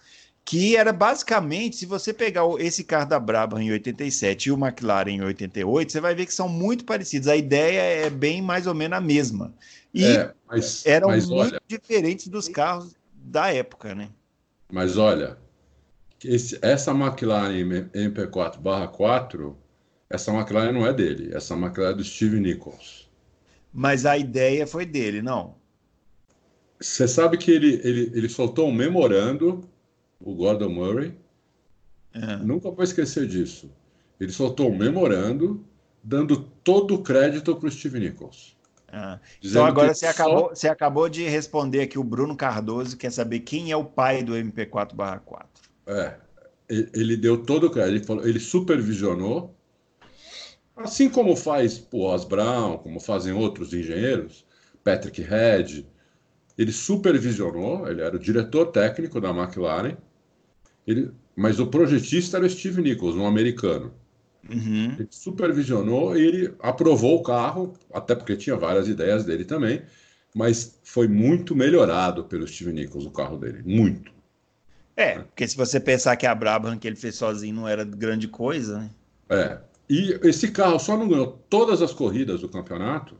que era basicamente, se você pegar esse carro da Brabham em oitenta e sete e o McLaren em oitenta e oito, você vai ver que são muito parecidos. A ideia é bem mais ou menos a mesma. E É, mas, eram mas muito olha, diferentes dos carros da época, né? mas olha, esse, essa McLaren M P quatro barra quatro, essa McLaren não é dele, essa McLaren é do Steve Nichols. Mas a ideia foi dele, não. Você sabe que ele, ele, ele soltou um memorando, o Gordon Murray, É. nunca vou esquecer disso. Ele soltou um memorando dando todo o crédito para o Steve Nichols. Ah, então Dizendo agora que você só- acabou, você acabou de responder aqui o Bruno Cardoso, quer saber quem é o pai do M P quatro barra quatro. É, ele ele deu todo o crédito, ele, falou, ele supervisionou, assim como faz o Ross Brown, como fazem outros engenheiros, Patrick Head, ele supervisionou, ele era o diretor técnico da McLaren, ele, mas o projetista era o Steve Nichols, um americano. Uhum. Ele supervisionou e ele aprovou o carro, até porque tinha várias ideias dele também, mas foi muito melhorado pelo Steve Nichols o carro dele, muito. É, porque se você pensar que a Brabham que ele fez sozinho não era grande coisa, né? É. E esse carro só não ganhou todas as corridas do campeonato,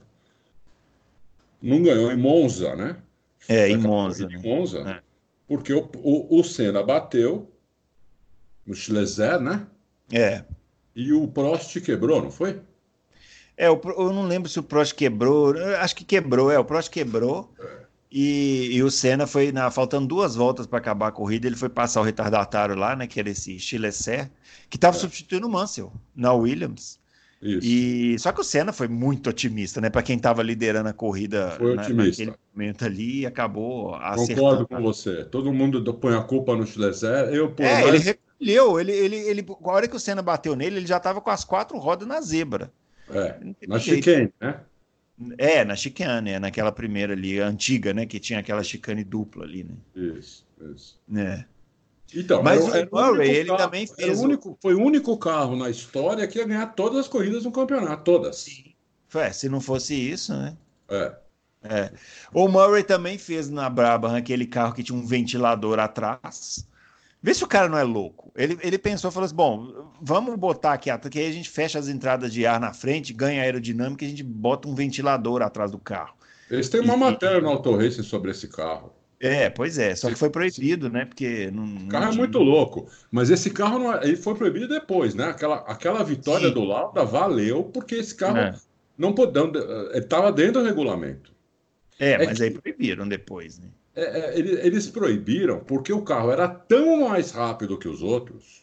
não ganhou em Monza, né? É, Foi em aquela Monza, corrida né? em Monza, É. porque o, o, o Senna bateu no Schlezer, né? É. E o Prost quebrou, não foi? É, o Pro- eu não lembro se o Prost quebrou, eu acho que quebrou, é, o Prost quebrou e, e o Senna foi, na, faltando duas voltas para acabar a corrida, ele foi passar o retardatário lá, né, que era esse Chileser, que estava É. substituindo o Mansell na Williams. Isso. E só que o Senna foi muito otimista, né, para quem estava liderando a corrida Foi na, otimista. naquele momento ali e acabou Concordo acertando. com você. Todo mundo põe a culpa no Schlezer. Eu, por É, ele mais. recolheu, ele, ele, ele, a hora que o Senna bateu nele, ele já estava com as quatro rodas na zebra. É, Não teve na jeito. chicane, né? É, na chicane, é, naquela primeira ali, antiga, né? Que tinha aquela chicane dupla ali, né? Isso, isso. É. Então, Mas era, o era o Murray, único ele carro, também era o fez o... único, foi o único carro na história que ia ganhar todas as corridas no campeonato, todas. É, se não fosse isso, né? É, É. O Murray também fez na Brabham aquele carro que tinha um ventilador atrás. Vê se o cara não é louco. Ele, ele pensou, falou assim, bom, vamos botar aqui, que aí a gente fecha as entradas de ar na frente, ganha aerodinâmica e a gente bota um ventilador atrás do carro. eles têm uma matéria no Auto Racing sobre esse carro. É, pois é, só que foi Esse- proibido, né? Porque não, O não carro é tinha... muito louco, mas esse carro não é- ele foi proibido depois, né? Aquela, aquela vitória Sim. do Lauda valeu porque esse carro É. não podendo, estava dentro do regulamento. É, É mas que- aí proibiram depois, né? É, é, ele- eles proibiram porque o carro era tão mais rápido que os outros,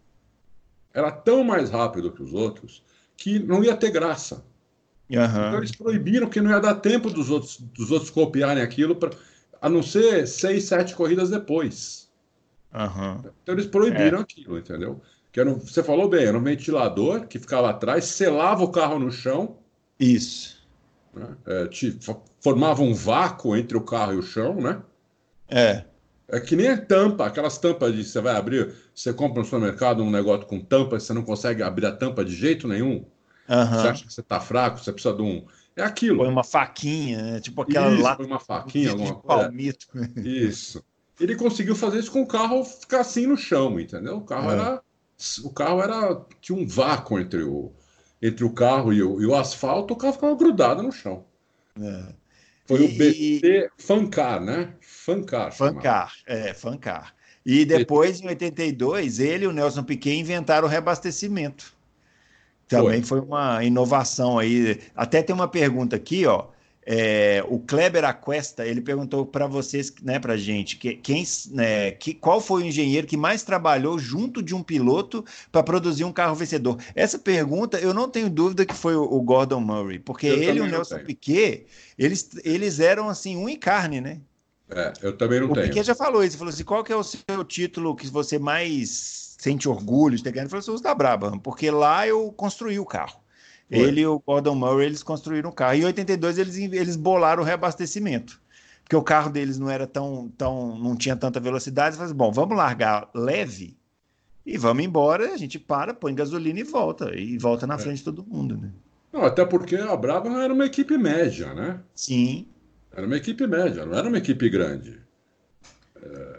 era tão mais rápido que os outros, que não ia ter graça. Então Aham. eles proibiram que não ia dar tempo dos outros, dos outros copiarem aquilo, pra, a não ser seis, sete corridas depois. Aham. Então eles proibiram aquilo, entendeu? Que era um- você falou bem, era um ventilador que ficava atrás, selava o carro no chão, Isso. né? É, te- fo- formava um vácuo entre o carro e o chão, né? É. É que nem a tampa, aquelas tampas de você vai abrir, você compra no supermercado um negócio com tampa, você não consegue abrir a tampa de jeito nenhum. Você Aham. acha que você está fraco, você precisa de um. É aquilo. Põe uma faquinha, né? Tipo aquela Isso, lata põe uma de faquinha, alguma de coisa. palmito. Isso. Ele conseguiu fazer isso com o carro ficar assim no chão, entendeu? O carro É. era. O carro era. Tinha um vácuo entre o, entre o carro e o, e o asfalto, o carro ficava grudado no chão. É. Foi o E, B T Fancar, né? Fancar chamava. Fancar, é, Fancar. E depois, em oitenta e dois, ele e o Nelson Piquet inventaram o reabastecimento. Também foi uma inovação aí. Até tem uma pergunta aqui, ó. É, o Kleber Aquesta, ele perguntou para vocês, né, para gente, que, quem, né, que, qual foi o engenheiro que mais trabalhou junto de um piloto para produzir um carro vencedor? Essa pergunta, eu não tenho dúvida que foi o, o Gordon Murray, porque Eu ele e também o não Nelson tenho. Piquet, eles, eles eram assim, um em carne, né? É, eu também não O tenho. Piquet já falou isso, falou assim, qual que é o seu título que você mais sente orgulho de ter ganho? Ele falou assim, os da Brabham, porque lá eu construí o carro. Foi. Ele e o Gordon Murray, eles construíram o carro. E em oitenta e dois eles, eles bolaram o reabastecimento, porque o carro deles não era tão, tão não tinha tanta velocidade. Eles falaram assim, bom, vamos largar leve e vamos embora, a gente para, põe gasolina e volta, e volta na É. frente de todo mundo, né? Não, até porque a Brabham era uma equipe média, né? Sim. Era uma equipe média, não era uma equipe grande.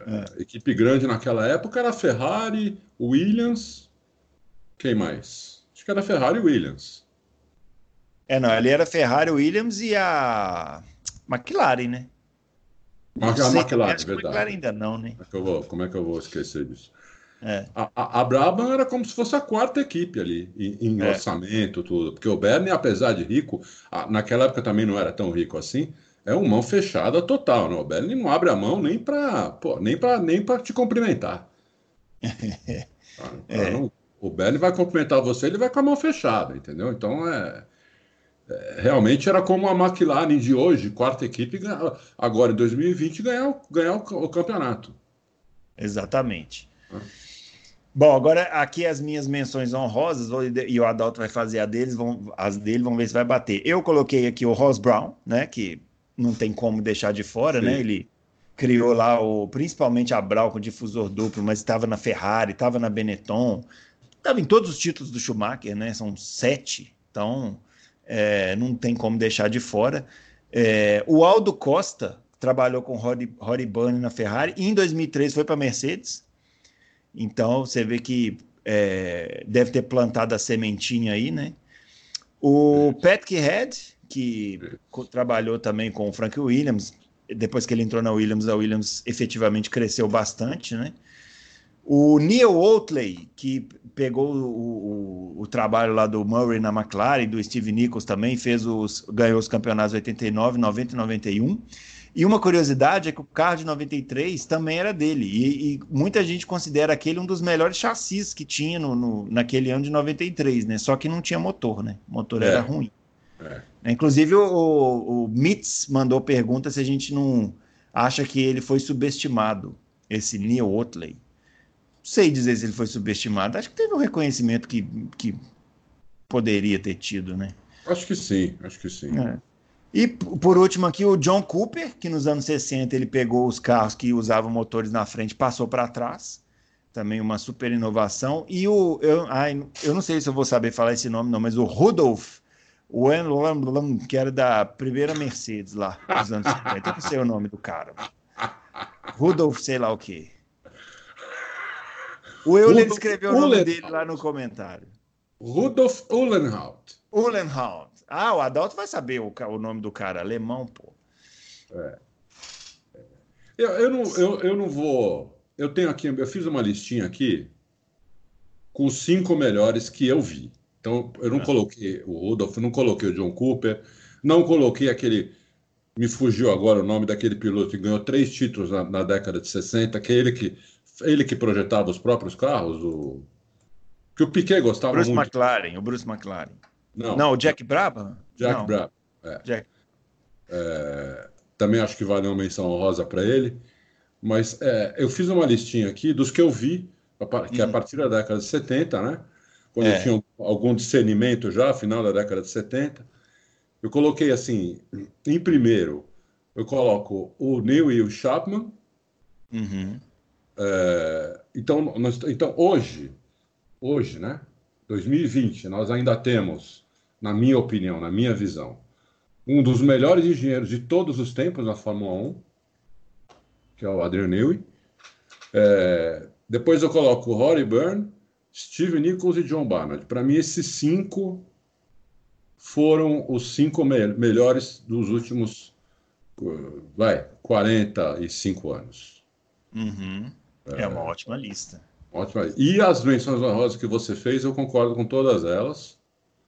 É, equipe grande naquela época era Ferrari, Williams, quem mais? Acho que era Ferrari e Williams. É, não, ali era Ferrari, Williams e a McLaren, né? Não A sei também, McLaren, acho que a McLaren verdade. ainda não, né? Como é que eu vou, como é que eu vou esquecer disso? É, A, a, a Brabham era como se fosse a quarta equipe ali, em, em é, orçamento, tudo. Porque o Bernie, apesar de rico, a- naquela época também não era tão rico assim, é um mão fechada total, né? O Bernie não abre a mão nem para nem para nem para te cumprimentar. Tá? O cara é, não, o Bernie vai cumprimentar você, ele vai com a mão fechada, entendeu? Então é, é, realmente era como a McLaren de hoje, quarta equipe, ganha- agora em dois mil e vinte ganhar, o- ganhar o, o campeonato. exatamente. Né? Bom, agora aqui as minhas menções honrosas, vou- e o Adalto vai fazer a deles, vão, as dele, vamos ver se vai bater. Eu coloquei aqui o Ross Brown, né? Que não tem como deixar de fora, né? Sim. Ele criou lá o, principalmente a Brown com difusor duplo, mas estava na Ferrari, estava na Benetton, estava em todos os títulos do Schumacher, né? São sete, então é, não tem como deixar de fora. É, o Aldo Costa trabalhou com Rory, Rory Byrne na Ferrari e em dois mil e três foi para a Mercedes. Então, você vê que é, deve ter plantado a sementinha aí, né? O Patrick Head, que trabalhou também com o Frank Williams, depois que ele entrou na Williams, a Williams efetivamente cresceu bastante, né? O Neil Oatley, que pegou o, o, o trabalho lá do Murray na McLaren, do Steve Nichols também, fez os, ganhou os campeonatos oitenta e nove, noventa e noventa e um. E uma curiosidade é que o carro de noventa e três também era dele. E, e muita gente considera aquele um dos melhores chassis que tinha no, no, naquele ano de noventa e três, né? Só que não tinha motor, né? O motor era É, ruim. é. Inclusive, o, o Mitz mandou pergunta se a gente não acha que ele foi subestimado, esse Neil Oatley. Não sei dizer se ele foi subestimado. Acho que teve um reconhecimento que, que poderia ter tido, né? Acho que sim, acho que sim. É. E por último aqui o John Cooper, que nos anos sessenta ele pegou os carros que usavam motores na frente, passou para trás, também uma super inovação. E o, eu, ai, eu não sei se eu vou saber falar esse nome não, mas o Rudolf Wenlam, que era da primeira Mercedes lá, dos anos cinquenta, eu não sei o nome do cara. Rudolf sei lá o quê. O Euler Rudolf escreveu o nome Uhlenhaut. dele lá no comentário. Rudolf Uhlenhaut. Uhlenhaut. Ah, o Adalto vai saber o, o nome do cara, alemão, pô. É. Eu, eu, não, eu, eu não vou. Eu tenho aqui, eu fiz uma listinha aqui com os cinco melhores que eu vi. Então, eu não Ah. coloquei o Rudolf, não coloquei o John Cooper, não coloquei aquele. Me fugiu agora o nome daquele piloto que ganhou três títulos na, na década de sessenta, que é ele que, ele que projetava os próprios carros, o, que o Piquet gostava Bruce muito. McLaren, o Bruce McLaren. Não, Não, o Jack Brabham? Jack Não, Brabham. É. Jack. É, também acho que vale uma menção honrosa para ele. Mas é, eu fiz uma listinha aqui dos que eu vi, a par- que é a Uhum. partir da década de setenta, né? Quando eu É. tinha algum discernimento já, final da década de setenta. Eu coloquei assim, em primeiro, eu coloco o Neil e o Chapman. Uhum. É, então, nós- então hoje, hoje, né? dois mil e vinte, nós ainda temos, na minha opinião, na minha visão, um dos melhores engenheiros de todos os tempos na Fórmula um, que é o Adrian Newey. É, depois eu coloco Rory Byrne, Steve Nichols e John Barnard. Para mim, esses cinco foram os cinco me melhores dos últimos uh, vai, quarenta e cinco anos. Uhum. É uma ótima lista. Ótimo. E as menções honrosas que você fez, eu concordo com todas elas.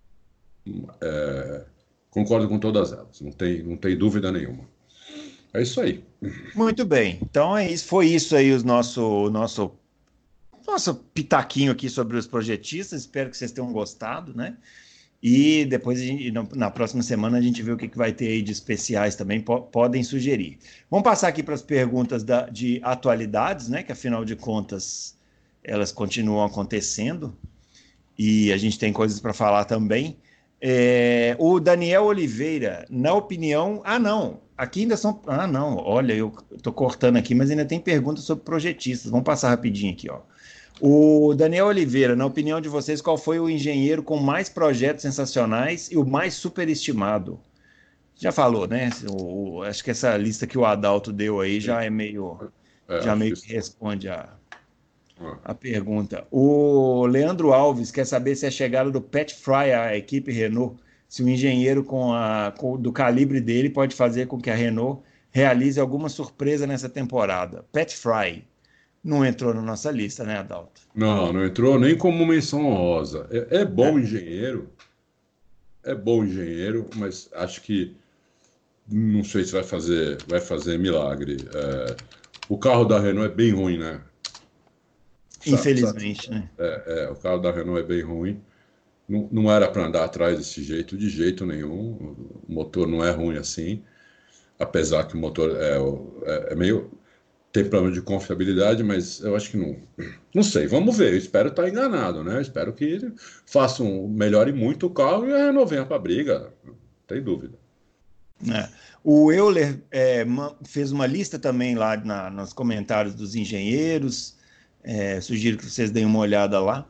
É, concordo com todas elas, não tem, não tem dúvida nenhuma. É isso aí. Muito bem. Então é isso. Foi isso aí o nosso, o nosso, nosso pitaquinho aqui sobre os projetistas. Espero que vocês tenham gostado, né? E depois, a gente, na próxima semana, a gente vê o que, que vai ter aí de especiais também. Po podem sugerir. Vamos passar aqui para as perguntas da, de atualidades, né? Que afinal de contas, elas continuam acontecendo. E a gente tem coisas para falar também. É, o Daniel Oliveira, na opinião... Ah, não. Aqui ainda são... Ah, não. Olha, eu estou cortando aqui, mas ainda tem perguntas sobre projetistas. Vamos passar rapidinho aqui, ó. O Daniel Oliveira, na opinião de vocês, qual foi o engenheiro com mais projetos sensacionais e o mais superestimado? Já falou, né? O, acho que essa lista que o Adalto deu aí já é meio... É, já meio que... que responde a, ah. a pergunta. O Leandro Alves quer saber se a chegada do Pat Fry à equipe Renault, se o engenheiro com a, com, do calibre dele pode fazer com que a Renault realize alguma surpresa nessa temporada. Pat Fry não entrou na nossa lista, né, Adalto? Não, não entrou nem como menção honrosa. É, é bom engenheiro, é bom engenheiro, mas acho que não sei se vai fazer, vai fazer milagre. É, o carro da Renault é bem ruim, né? Infelizmente, né? É, é, o carro da Renault é bem ruim. Não, não era para andar atrás desse jeito, de jeito nenhum. O motor não é ruim assim, apesar que o motor é, é, é meio... tem problema de confiabilidade, mas eu acho que não... Não sei, vamos ver. Eu espero estar enganado, né? Eu espero que ele faça um, melhore muito o carro e a Renault venha para a briga. Não tem dúvida. É. O Euler é, fez uma lista também lá na, nos comentários dos engenheiros. É, sugiro que vocês deem uma olhada lá.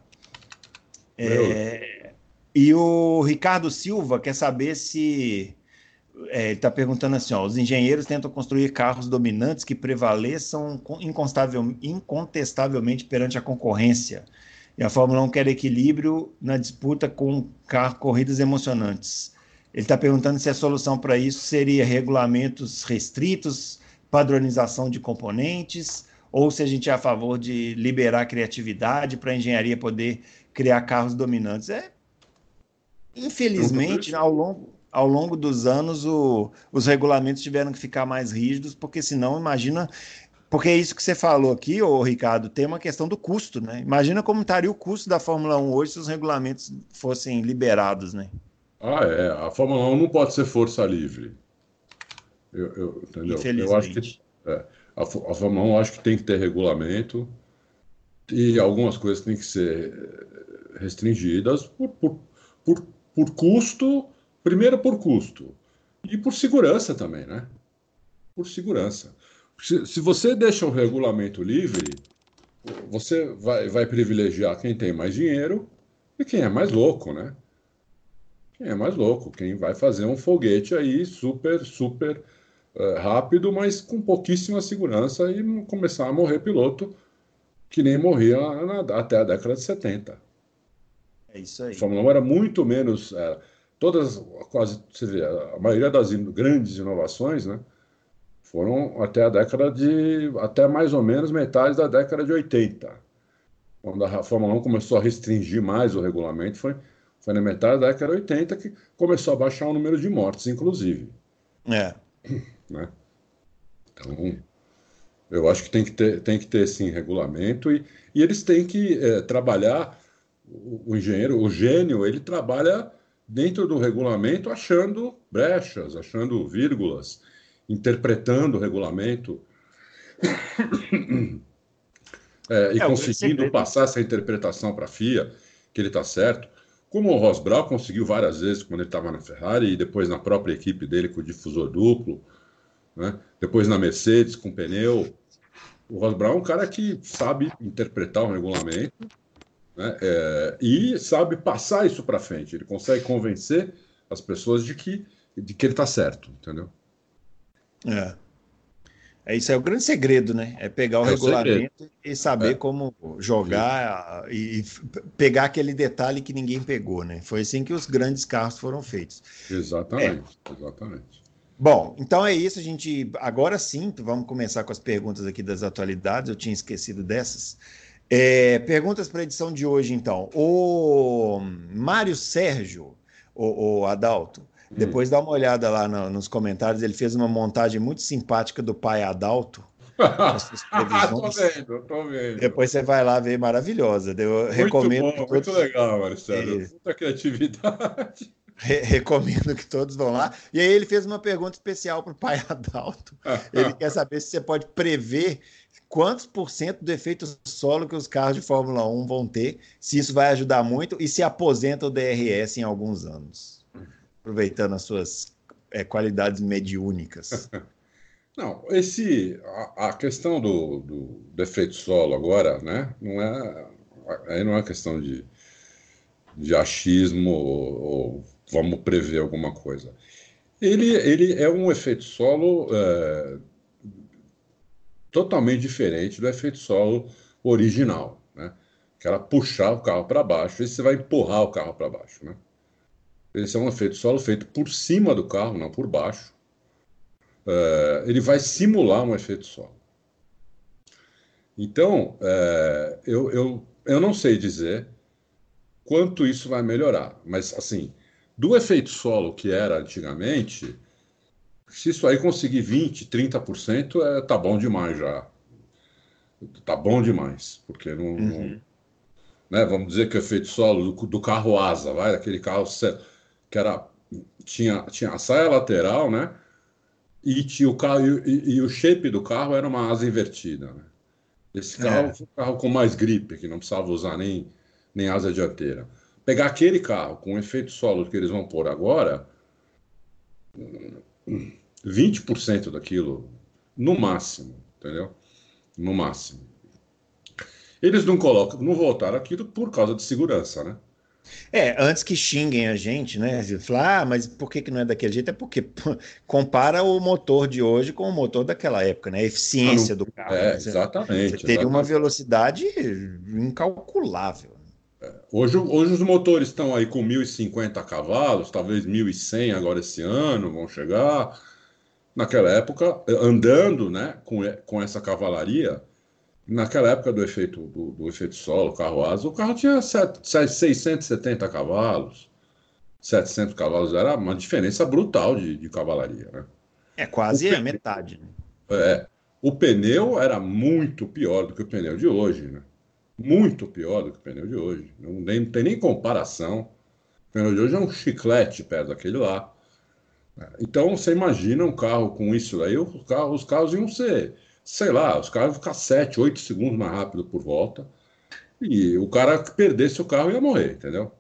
É, e o Ricardo Silva quer saber se... É, ele está perguntando assim, ó, os engenheiros tentam construir carros dominantes que prevaleçam incontestavelmente perante a concorrência. E a Fórmula um quer equilíbrio na disputa com carro, corridas emocionantes. Ele está perguntando se a solução para isso seria regulamentos restritos, padronização de componentes, ou se a gente é a favor de liberar a criatividade para a engenharia poder criar carros dominantes. É, infelizmente, ao longo, ao longo dos anos, o, os regulamentos tiveram que ficar mais rígidos, porque senão, imagina... Porque é isso que você falou aqui, ô Ricardo, tem uma questão do custo, né? Imagina como estaria o custo da Fórmula um hoje se os regulamentos fossem liberados, né? Ah, é. A Fórmula um não pode ser força livre. Eu, eu, entendeu? Eu acho que é, a, a Fórmula um eu acho que tem que ter regulamento e algumas coisas têm que ser restringidas por, por, por, por custo, primeiro por custo, e por segurança também, né? Por segurança. Se, se você deixa o regulamento livre, você vai, vai privilegiar quem tem mais dinheiro e quem é mais louco, né? Quem é mais louco, quem vai fazer um foguete aí super, super uh, rápido, mas com pouquíssima segurança e começar a morrer piloto que nem morria na, até a década de setenta. É isso aí. A Fórmula um era muito menos... Uh, todas, quase, você vê, a maioria das in, grandes inovações, né, foram até a década de... até mais ou menos metade da década de oitenta. Quando a Fórmula um começou a restringir mais o regulamento, foi... Foi na metade da década de oitenta que começou a baixar o número de mortes, inclusive. É. Né? Então, eu acho que tem que ter, tem que ter sim, regulamento e, e eles têm que é, trabalhar, o, o engenheiro, o gênio, ele trabalha dentro do regulamento achando brechas, achando vírgulas, interpretando o regulamento é, e é, conseguindo passar essa interpretação para a F I A, que ele está certo. Como o Ross Brawn conseguiu várias vezes quando ele estava na Ferrari e depois na própria equipe dele com o difusor duplo, né? Depois na Mercedes com pneu. O Ross Brawn é um cara que sabe interpretar o regulamento, né? É, e sabe passar isso para frente. Ele consegue convencer as pessoas de que, de que ele está certo, entendeu? É. É, isso é o grande segredo, né? É pegar o é regulamento o e saber é. como jogar e, e pegar aquele detalhe que ninguém pegou, né? Foi assim que os grandes carros foram feitos. Exatamente, é. exatamente. Bom, então é isso, a gente... Agora sim, vamos começar com as perguntas aqui das atualidades, eu tinha esquecido dessas. É, perguntas para a edição de hoje, então. O Mário Sérgio, o, o Adalto, depois dá uma olhada lá no, nos comentários, ele fez uma montagem muito simpática do pai Adalto. Tô vendo, tô vendo. Depois você vai lá ver, maravilhosa. Eu muito recomendo bom, todos... muito legal, Marcelo. É... Muita criatividade. Re recomendo que todos vão lá. E aí ele fez uma pergunta especial para o pai Adalto. Ele quer saber se você pode prever quantos por cento do efeito solo que os carros de Fórmula um vão ter, se isso vai ajudar muito e se aposenta o D R S em alguns anos. Aproveitando as suas é, qualidades mediúnicas. Não, esse, a, a questão do, do, do efeito solo agora, né, não é, aí não é questão de, de achismo ou, ou vamos prever alguma coisa. Ele, ele é um efeito solo é, totalmente diferente do efeito solo original, né? Que era puxar o carro para baixo. Esse você vai empurrar o carro para baixo, né? Esse é um efeito solo feito por cima do carro, não por baixo. É, ele vai simular um efeito solo. Então, é, eu, eu, eu não sei dizer quanto isso vai melhorar, mas assim, do efeito solo que era antigamente, se isso aí conseguir vinte, trinta por cento, é, tá bom demais já. Tá bom demais, porque não, não- Uhum. né, vamos dizer que o efeito solo do, do carro asa, vai, aquele carro ce- que era tinha, tinha a saia lateral, né? E tinha o carro e, e- e o shape do carro era uma asa invertida, né? Esse carro É, foi um carro com mais gripe, que não precisava usar nem, nem asa dianteira. Pegar aquele carro com o efeito solo que eles vão pôr agora, vinte por cento daquilo, no máximo, entendeu? No máximo. Eles não colocam, não voltaram aquilo por causa de segurança, né? É, antes que xinguem a gente, né? Se falar, ah, mas por que que não é daquele jeito? É porque pô, compara o motor de hoje com o motor daquela época, né? A Ah, não, eficiência do carro, é, né? Você, você exatamente, teria uma exatamente. velocidade incalculável. Hoje, hoje os motores estão aí com mil e cinquenta cavalos, talvez mil e cem agora esse ano, vão chegar. Naquela época, andando, né, com, com essa cavalaria, naquela época do efeito, do, do efeito solo, carro asa, o carro tinha sete- seiscentos e setenta cavalos, setecentos cavalos, era uma diferença brutal de, de cavalaria, né? É O, quase a pe- metade, né? é, o pneu era muito pior do que o pneu de hoje, né? Muito pior do que o pneu de hoje. Não, nem- não tem nem comparação. O pneu de hoje é um chiclete perto daquele lá. Então, você imagina um carro com isso aí, os carros, os carros iam ser, sei lá, os carros iam ficar sete, oito segundos mais rápido por volta. E o cara que perdesse o carro ia morrer, entendeu?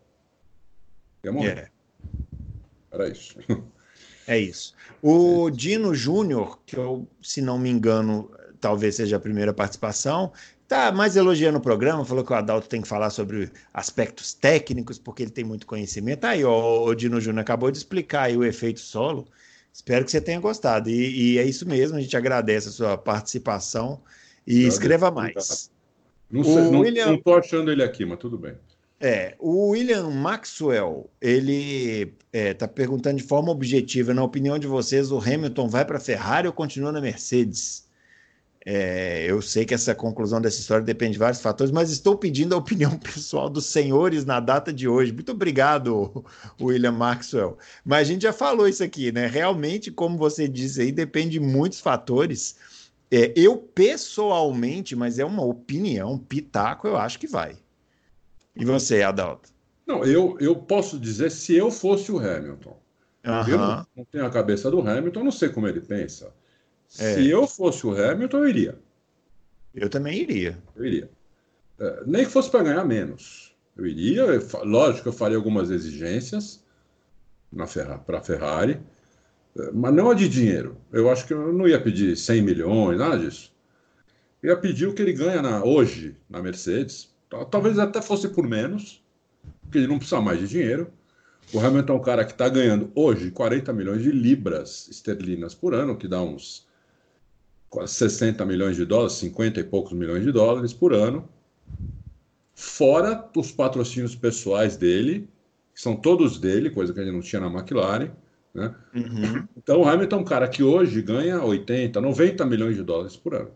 Ia morrer. É, Era isso. é isso. O Dino Júnior, que eu, se não me engano, talvez seja a primeira participação, tá mais elogiando o programa, falou que o Adalto tem que falar sobre aspectos técnicos, porque ele tem muito conhecimento. Aí, ó, o Dino Júnior acabou de explicar aí o efeito solo. Espero que você tenha gostado. E, e é isso mesmo, a gente agradece a sua participação e Agradeço. escreva Obrigado. mais. Não sei, O não, William, não tô achando ele aqui, mas tudo bem. é, o William Maxwell, ele está perguntando de forma objetiva, na opinião de vocês, o Hamilton vai para a Ferrari ou continua na Mercedes? É, eu sei que essa conclusão dessa história depende de vários fatores, mas estou pedindo a opinião pessoal dos senhores na data de hoje. Muito obrigado, William Maxwell. Mas a gente já falou isso aqui, né? Realmente, como você disse aí, depende de muitos fatores. É, eu pessoalmente, mas é uma opinião, pitaco, eu acho que vai. E você, Adalto? Não, eu, eu posso dizer se eu fosse o Hamilton. Eu não, Aham, não tenho a cabeça do Hamilton, não sei como ele pensa. Se é, eu fosse o Hamilton, eu iria. eu também iria. Eu iria. É, nem que fosse para ganhar menos. Eu iria, eu fa- lógico que eu faria algumas exigências na Ferra, para a Ferrari, é, mas não a de dinheiro. Eu acho que eu não ia pedir cem milhões, nada disso. Eu ia pedir o que ele ganha na- hoje na Mercedes. Tal- Talvez até fosse por menos, porque ele não precisa mais de dinheiro. O Hamilton é um cara que está ganhando hoje quarenta milhões de libras esterlinas por ano, que dá uns quase sessenta milhões de dólares, cinquenta e poucos milhões de dólares por ano. Fora os patrocínios pessoais dele, que são todos dele, coisa que ele não tinha na McLaren, né? Uhum. Então o Hamilton é um cara que hoje ganha oitenta, noventa milhões de dólares por ano.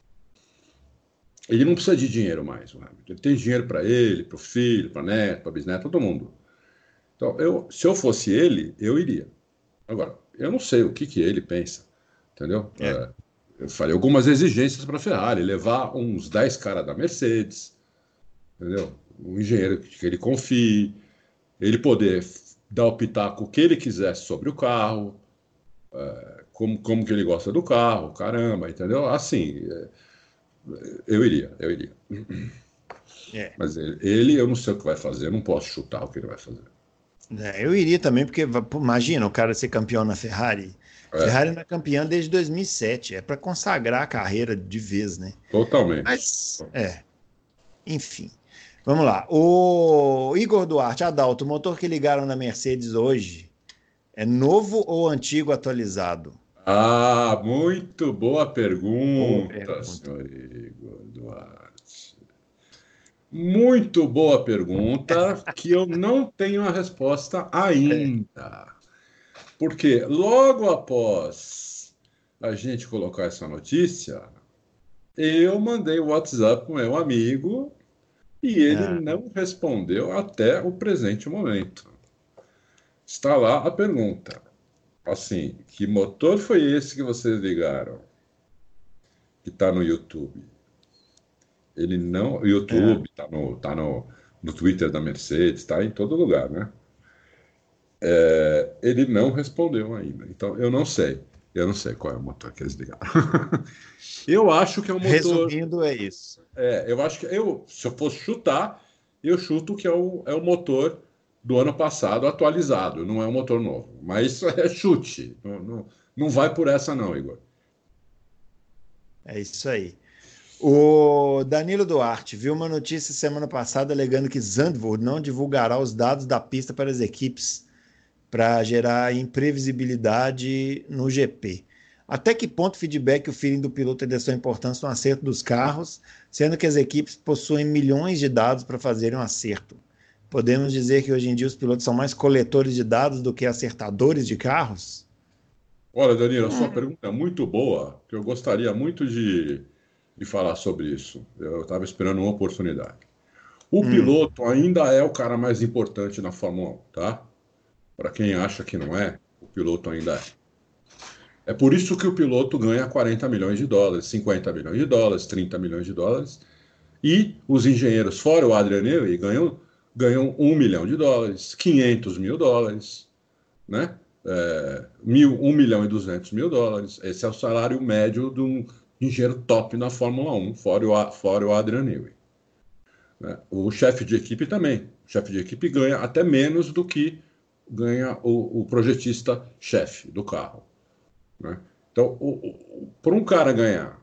Ele não precisa de dinheiro mais, o Hamilton. Ele tem dinheiro para ele, para o filho, para neto, para bisneto, todo mundo. Então, eu, se eu fosse ele, eu iria. Agora, eu não sei o que, que ele pensa, entendeu? É. É, eu faria algumas exigências para a Ferrari, levar uns dez caras da Mercedes, entendeu? Um engenheiro que ele confie, ele poder dar o pitaco que ele quisesse sobre o carro, como, como que ele gosta do carro, caramba, entendeu? Assim, eu iria, eu iria. É. Mas ele, ele, eu não sei o que vai fazer, eu não posso chutar o que ele vai fazer. É, eu iria também, porque pô, imagina o cara ser campeão na Ferrari. É, Ferrari não é campeã desde dois mil e sete, é para consagrar a carreira de vez, né? totalmente. Mas, é, enfim. Vamos lá. O Igor Duarte, Adalto, o motor que ligaram na Mercedes hoje é novo ou antigo atualizado? Ah, muito boa Boa pergunta, pergunta. senhor Igor Duarte. Muito boa pergunta, que eu não tenho a resposta É. ainda. Porque logo após a gente colocar essa notícia, eu mandei o WhatsApp para o meu amigo e ele Ah, não respondeu até o presente momento. Está lá a pergunta. Assim, que motor foi esse que vocês ligaram? Que está no YouTube. Ele não. é. YouTube, está no, tá no, no Twitter da Mercedes, está em todo lugar, né? É, ele não respondeu ainda. Então, eu não sei. Eu não sei qual é o motor que eles ligaram. Eu acho que é um motor. Resumindo, é isso. É, eu acho que eu, se eu fosse chutar, eu chuto que é o, é o motor do ano passado atualizado, não é um motor novo. Mas isso é chute. Não, não, não vai por essa, não, Igor. É isso aí. O Danilo Duarte viu uma notícia semana passada alegando que Zandvoort não divulgará os dados da pista para as equipes para gerar imprevisibilidade no G P. Até que ponto o feedback e o feeling do piloto é de sua importância no acerto dos carros, sendo que as equipes possuem milhões de dados para fazerem um acerto? Podemos dizer que hoje em dia os pilotos são mais coletores de dados do que acertadores de carros? Olha, Danilo, a sua pergunta é muito boa, que eu gostaria muito de, de falar sobre isso. Eu estava esperando uma oportunidade. O Hum, piloto ainda é o cara mais importante na Fórmula um, tá? Para quem acha que não é, o piloto ainda é. É por isso que o piloto ganha quarenta milhões de dólares, cinquenta milhões de dólares, trinta milhões de dólares. E os engenheiros, fora o Adrian Newey, ganham, ganham um milhão de dólares, quinhentos mil dólares, né? É, mil, um milhão e duzentos mil dólares. Esse é o salário médio de um engenheiro top na Fórmula um, fora o, fora o Adrian Newey. Né? O chefe de equipe também. O chefe de equipe ganha até menos do que ganha o, o projetista-chefe do carro. Né? Então, para um cara ganhar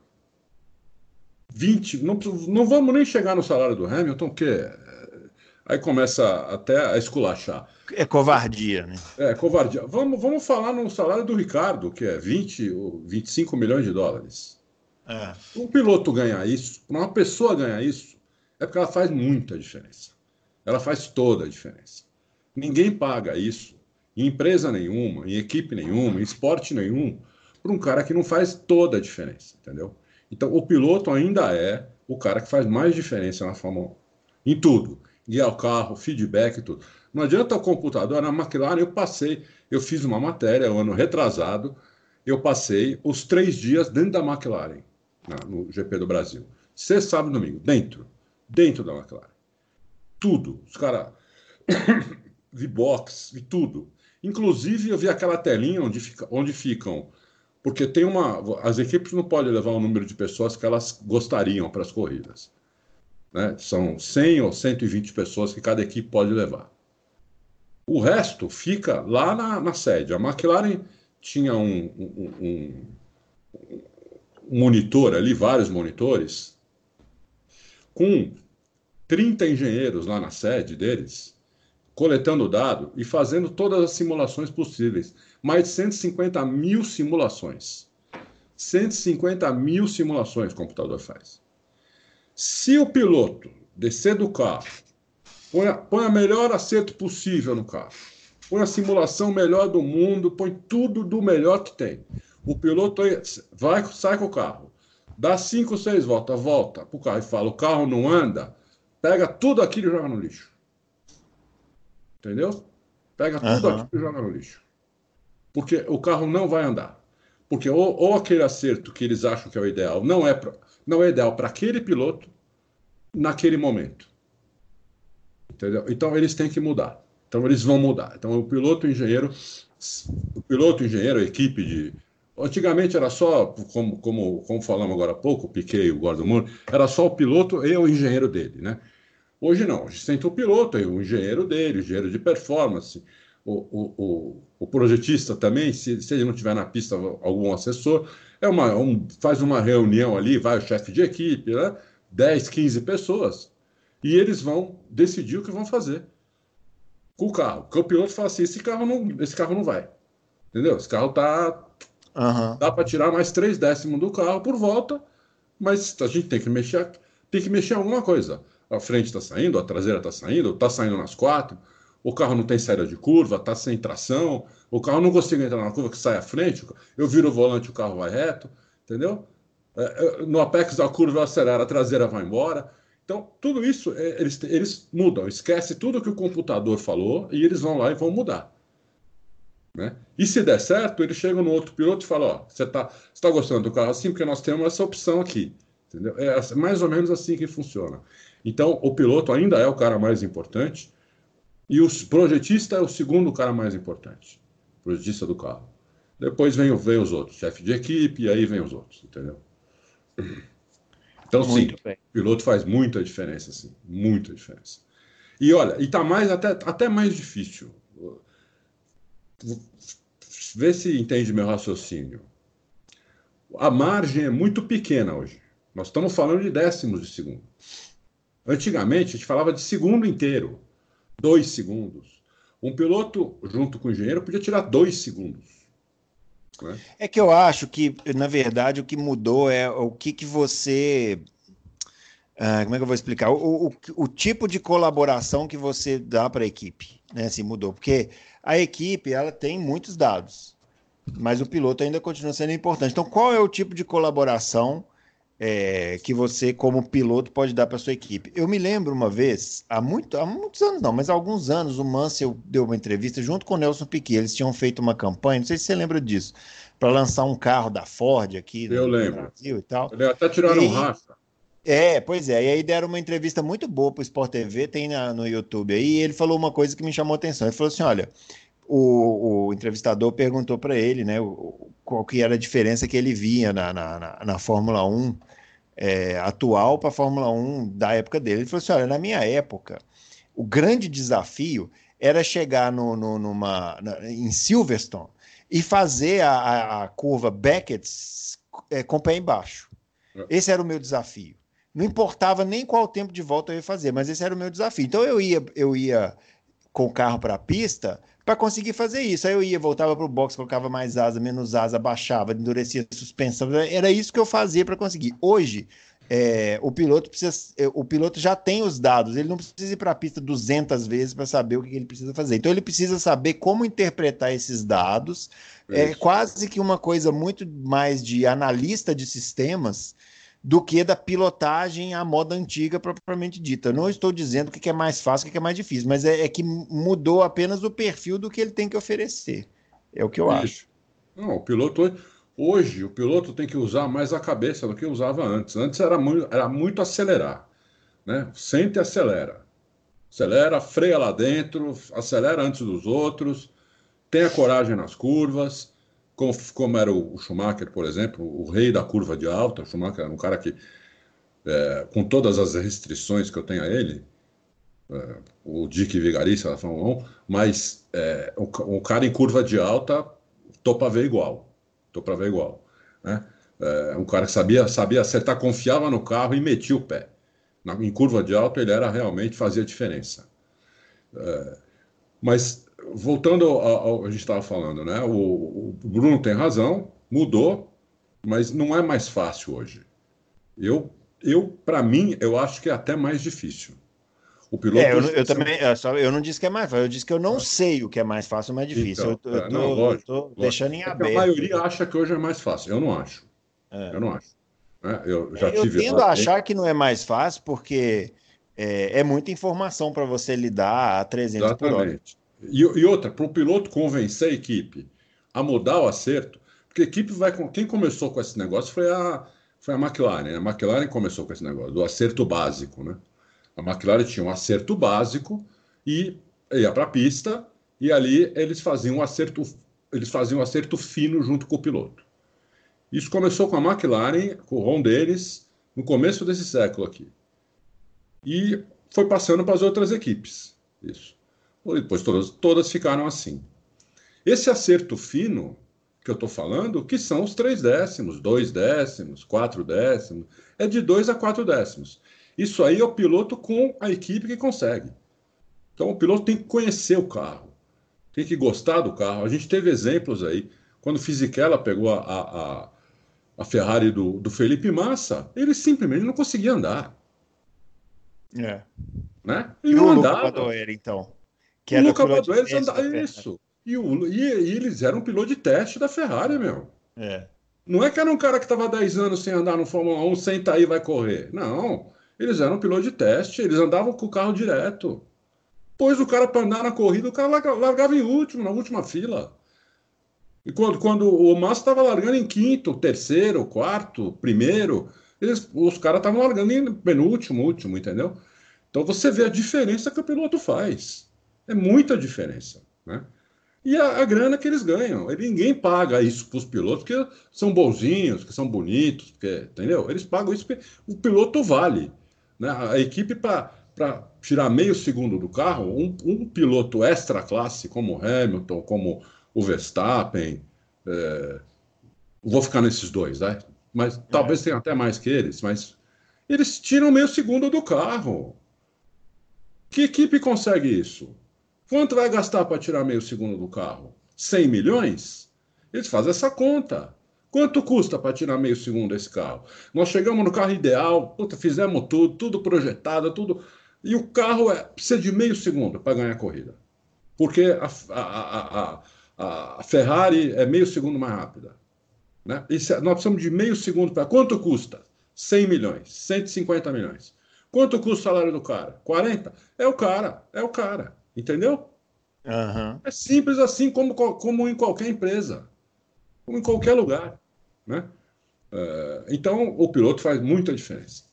vinte, não, não vamos nem chegar no salário do Hamilton, porque aí começa até a esculachar. é covardia, né? É, covardia. Vamos, vamos falar no salário do Ricardo, que é vinte ou vinte e cinco milhões de dólares. É. Um piloto ganhar isso, uma pessoa ganhar isso, é porque ela faz muita diferença. Ela faz toda a diferença. Ninguém paga isso, em empresa nenhuma, em equipe nenhuma, em esporte nenhum, para um cara que não faz toda a diferença, entendeu? Então, o piloto ainda é o cara que faz mais diferença na Fórmula um. Em tudo. Guiar o carro, feedback e tudo. Não adianta o computador. Na McLaren eu passei, eu fiz uma matéria, um ano retrasado, eu passei os três dias dentro da McLaren, no G P do Brasil. Sexta, sábado e domingo, dentro. Dentro da McLaren. Tudo. Os caras vi box, vi tudo. Inclusive, eu vi aquela telinha onde, fica, onde ficam. Porque tem uma. As equipes não podem levar o número de pessoas que elas gostariam para as corridas. Né? São cem ou cento e vinte pessoas que cada equipe pode levar. O resto fica lá na, na sede. A McLaren tinha um, um, um, um monitor ali, vários monitores, com trinta engenheiros lá na sede deles, coletando dado e fazendo todas as simulações possíveis. Mais de cento e cinquenta mil simulações. cento e cinquenta mil simulações o computador faz. Se o piloto descer do carro, põe a, põe a melhor acerto possível no carro, põe a simulação melhor do mundo, põe tudo do melhor que tem. O piloto vai, sai com o carro, dá cinco, seis voltas, volta para o carro e fala, o carro não anda, pega tudo aquilo e joga no lixo. Entendeu? Pega tudo Aham. aquilo e joga no lixo. Porque o carro não vai andar. Porque ou, ou aquele acerto que eles acham que é o ideal não é, pra, não é ideal para aquele piloto naquele momento. Entendeu? Então eles têm que mudar. Então eles vão mudar. Então o piloto, o engenheiro, o piloto, o engenheiro, a equipe de. Antigamente era só, como, como, como falamos agora há pouco, o Piquet e o Gordon Moore, era só o piloto e o engenheiro dele, né? Hoje não, hoje tem o piloto e o engenheiro dele, o engenheiro de performance, o, o, o, o projetista também, se, se ele não tiver na pista algum assessor, é uma, um, faz uma reunião ali, vai o chefe de equipe, né? dez, quinze pessoas, e eles vão decidir o que vão fazer com o carro. Porque o piloto fala assim, esse carro não, esse carro não vai. Entendeu? Esse carro tá, Uhum. Dá para tirar mais três décimos do carro por volta, mas a gente tem que mexer, tem que mexer em alguma coisa. A frente está saindo, a traseira está saindo, está saindo nas quatro, o carro não tem saída de curva, está sem tração, o carro não consigo entrar na curva que sai à frente, eu viro o volante, o carro vai reto, entendeu? No apex da curva acelera, a traseira vai embora. Então, tudo isso, eles, eles mudam, esquece tudo que o computador falou e eles vão lá e vão mudar. Né? E se der certo, eles chegam no outro piloto e falam, ó, você está tá gostando do carro assim? Porque nós temos essa opção aqui. Entendeu? É mais ou menos assim que funciona. Então, o piloto ainda é o cara mais importante e o projetista é o segundo cara mais importante. O projetista do carro. Depois vem, vem os outros, chefe de equipe, e aí vem os outros, entendeu? Então, Muito sim, bem. o piloto faz muita diferença, sim. Muita diferença. E olha, e tá mais, até, até mais difícil. Vê se entende meu raciocínio. A margem é muito pequena hoje. Nós estamos falando de décimos de segundo. Antigamente, a gente falava de segundo inteiro. Dois segundos. Um piloto, junto com o engenheiro, podia tirar dois segundos. Né? É que eu acho que, na verdade, o que mudou é o que, que você... Ah, como é que eu vou explicar? O, o, o tipo de colaboração que você dá para a equipe, né? Assim, mudou. Porque a equipe, ela tem muitos dados, mas o piloto ainda continua sendo importante. Então, qual é o tipo de colaboração é, que você, como piloto, pode dar para sua equipe? Eu me lembro uma vez, há, muito, há muitos anos não, mas há alguns anos, o Mansell deu uma entrevista junto com o Nelson Piquet. Eles tinham feito uma campanha, não sei se você lembra disso, para lançar um carro da Ford aqui Eu no, lembro. no Brasil e tal. Eles até tiraram e um racha. É, pois é, e aí deram uma entrevista muito boa para o Sport T V, tem na, no YouTube aí, e ele falou uma coisa que me chamou a atenção. Ele falou assim, olha, o, o entrevistador perguntou para ele, né, o, qual que era a diferença que ele via na, na, na, na Fórmula um é, atual para a Fórmula um da época dele. Ele falou assim, olha, na minha época, o grande desafio era chegar no, no, numa, na, em Silverstone e fazer a, a, a curva Beckett é, com o pé embaixo. Esse era o meu desafio. Não importava nem qual tempo de volta eu ia fazer, mas esse era o meu desafio. Então eu ia, eu ia com o carro para a pista para conseguir fazer isso. Aí eu ia, voltava para o box, colocava mais asa, menos asa, baixava, endurecia a suspensão. Era isso que eu fazia para conseguir. Hoje, é, o piloto precisa, o piloto já tem os dados, ele não precisa ir para a pista duzentas vezes para saber o que ele precisa fazer. Então ele precisa saber como interpretar esses dados. É Isso. quase que uma coisa muito mais de analista de sistemas do que da pilotagem à moda antiga propriamente dita. Eu não estou dizendo o que é mais fácil, o que é mais difícil, mas é, é que mudou apenas o perfil do que ele tem que oferecer. É o que eu Isso. acho. Não, o piloto hoje, hoje, o piloto tem que usar mais a cabeça do que usava antes. Antes era muito, era muito acelerar, né? Sente e acelera. Acelera, freia lá dentro, acelera antes dos outros, tenha coragem nas curvas, como, como era o Schumacher, por exemplo, o rei da curva de alta. O Schumacher era um cara que, é, com todas as restrições que eu tenho a ele, é, o Dick Vigarista da Fórmula um, mas é, o, o cara em curva de alta, tô para ver igual. Tô para ver igual. Né? É, um cara que sabia, sabia acertar, confiava no carro e metia o pé. Na, em curva de alta, ele era realmente, fazia diferença. É, mas voltando ao, ao que a gente estava falando, né? O, o Bruno tem razão, mudou, mas não é mais fácil hoje. Eu, eu para mim, eu acho que é até mais difícil. O piloto É, eu, hoje eu tem- também, eu, só, eu não disse que é mais fácil, eu disse que eu não Ah, sei o que é mais fácil ou mais difícil. então, Eu, eu é, tô, não, eu lógico, tô lógico. deixando em É que a aberto. maioria acha que hoje é mais fácil. Eu não acho. É. Eu não acho. Né? Eu já É, eu tive tendo lá a dentro. achar que não é mais fácil, porque é, é muita informação para você lidar a trezentos por hora. Exatamente. E, e outra, para o piloto convencer a equipe a mudar o acerto, porque a equipe vai. com- Quem começou com esse negócio foi a, foi a McLaren. Né? A McLaren começou com esse negócio, do acerto básico. Né? A McLaren tinha um acerto básico e ia para a pista, e ali eles faziam um acerto, eles faziam um acerto fino junto com o piloto. Isso começou com a McLaren, com o Ron Dennis, no começo desse século aqui. E foi passando para as outras equipes. Isso. Depois todas, todas ficaram assim. Esse acerto fino que eu estou falando, que são os três décimos, dois décimos, quatro décimos, é de dois a quatro décimos. Isso aí é o piloto com a equipe que consegue. Então o piloto tem que conhecer o carro, tem que gostar do carro. A gente teve exemplos aí. quando Fisichella pegou a, a, a Ferrari do, do Felipe Massa, ele simplesmente não conseguia andar. É. Né? Ele E não o Luca andava. Badoer, então? Que O era Luca piloto de Badoer, teste da andava Ferrari. isso. E, o, e, e eles eram piloto de teste da Ferrari, meu. É. Não é que era um cara que estava dez anos sem andar no Fórmula um, senta aí e vai correr. Não. Eles eram piloto de teste, eles andavam com o carro direto. Pôs o cara para andar na corrida, o cara largava em último, na última fila. E quando, quando o Massa estava largando em quinto, terceiro, quarto, primeiro, eles, os caras estavam largando em penúltimo, último, entendeu? Então você vê a diferença que o piloto faz. É muita diferença, né? E a, a grana que eles ganham. E ninguém paga isso para os pilotos, porque são bonzinhos, que são bonitos, porque, entendeu? Eles pagam isso porque o piloto vale. Né? A equipe, para tirar meio segundo do carro, um, um piloto extra classe, como o Hamilton, como o Verstappen, é, vou ficar nesses dois, né? Mas talvez tenha até mais que eles, mas eles tiram meio segundo do carro. Que equipe consegue isso? Quanto vai gastar para tirar meio segundo do carro? cem milhões? Eles fazem essa conta. Quanto custa para tirar meio segundo desse carro? Nós chegamos no carro ideal, puta, fizemos tudo, tudo projetado, tudo. E o carro é, precisa de meio segundo para ganhar a corrida. Porque a, a, a, a Ferrari é meio segundo mais rápida. Né? E se, nós precisamos de meio segundo para. Quanto custa? cem milhões, cento e cinquenta milhões. Quanto custa o salário do cara? quarenta? É o cara, é o cara. Entendeu? Uhum. É simples assim como, como em qualquer empresa, como em qualquer lugar. Né? Uh, então, o piloto faz muita diferença.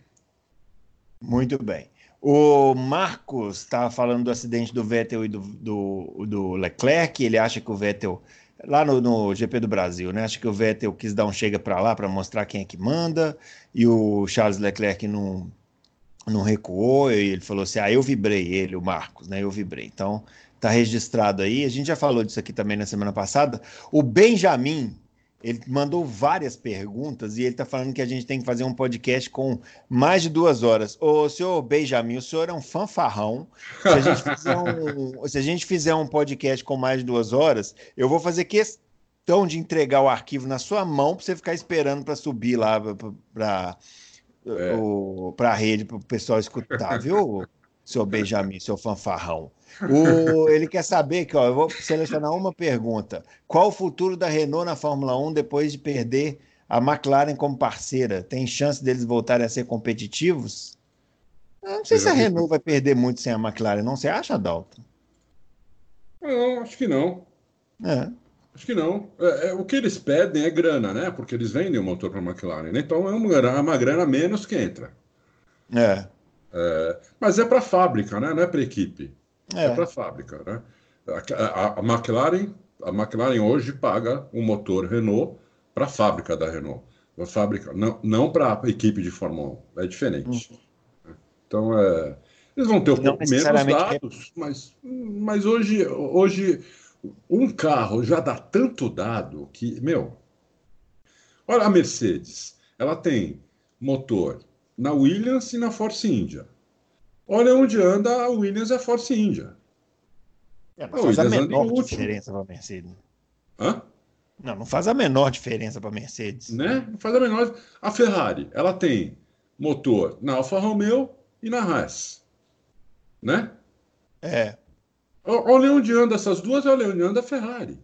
Muito bem. O Marcos estava falando do acidente do Vettel e do, do, do Leclerc. Ele acha que o Vettel, lá no, no G P do Brasil, né? Acha que o Vettel quis dar um chega para lá para mostrar quem é que manda, e o Charles Leclerc não, não recuou, e ele falou assim: ah, eu vibrei, ele, o Marcos, né? Eu vibrei. Então, tá registrado aí. A gente já falou disso aqui também na semana passada. O Benjamin, ele mandou várias perguntas e ele está falando que a gente tem que fazer um podcast com mais de duas horas. Ô, senhor Benjamin, o senhor é um fanfarrão. Se a gente fizer um, se a gente fizer um podcast com mais de duas horas, eu vou fazer questão de entregar o arquivo na sua mão para você ficar esperando para subir lá para é. a rede, para o pessoal escutar, viu, senhor Benjamin, seu fanfarrão? O, ele quer saber que, ó, eu vou selecionar uma pergunta. Qual o futuro da Renault na Fórmula um depois de perder a McLaren como parceira? Tem chance deles voltarem a ser competitivos? Eu não sei eu se a Renault vi... vai perder muito sem a McLaren, não? Você acha, Dalton? Não, acho que não. É. Acho que não. É, é, o que eles pedem é grana, né? Porque eles vendem o motor para a McLaren. Né? Então é uma, é uma grana menos que entra. É. É, mas é para a fábrica, né? Não é para a equipe. É, é para a fábrica, né? A, a, a, McLaren, a McLaren hoje paga um motor Renault para a fábrica da Renault. A fábrica, não, não para a equipe de Fórmula um. É diferente. Hum. Então, é, eles vão ter um pouco menos dados, mas, mas hoje, hoje um carro já dá tanto dado que, meu... Olha a Mercedes. Ela tem motor na Williams e na Force India. Olha onde anda a Williams e a Force India. É, não a faz a menor diferença para a Mercedes. Hã? Não, não faz a menor diferença para a Mercedes. Né? Não faz a menor. A Ferrari, ela tem motor na Alfa Romeo e na Haas. Né? É. Olha onde anda essas duas, olha onde anda a Ferrari.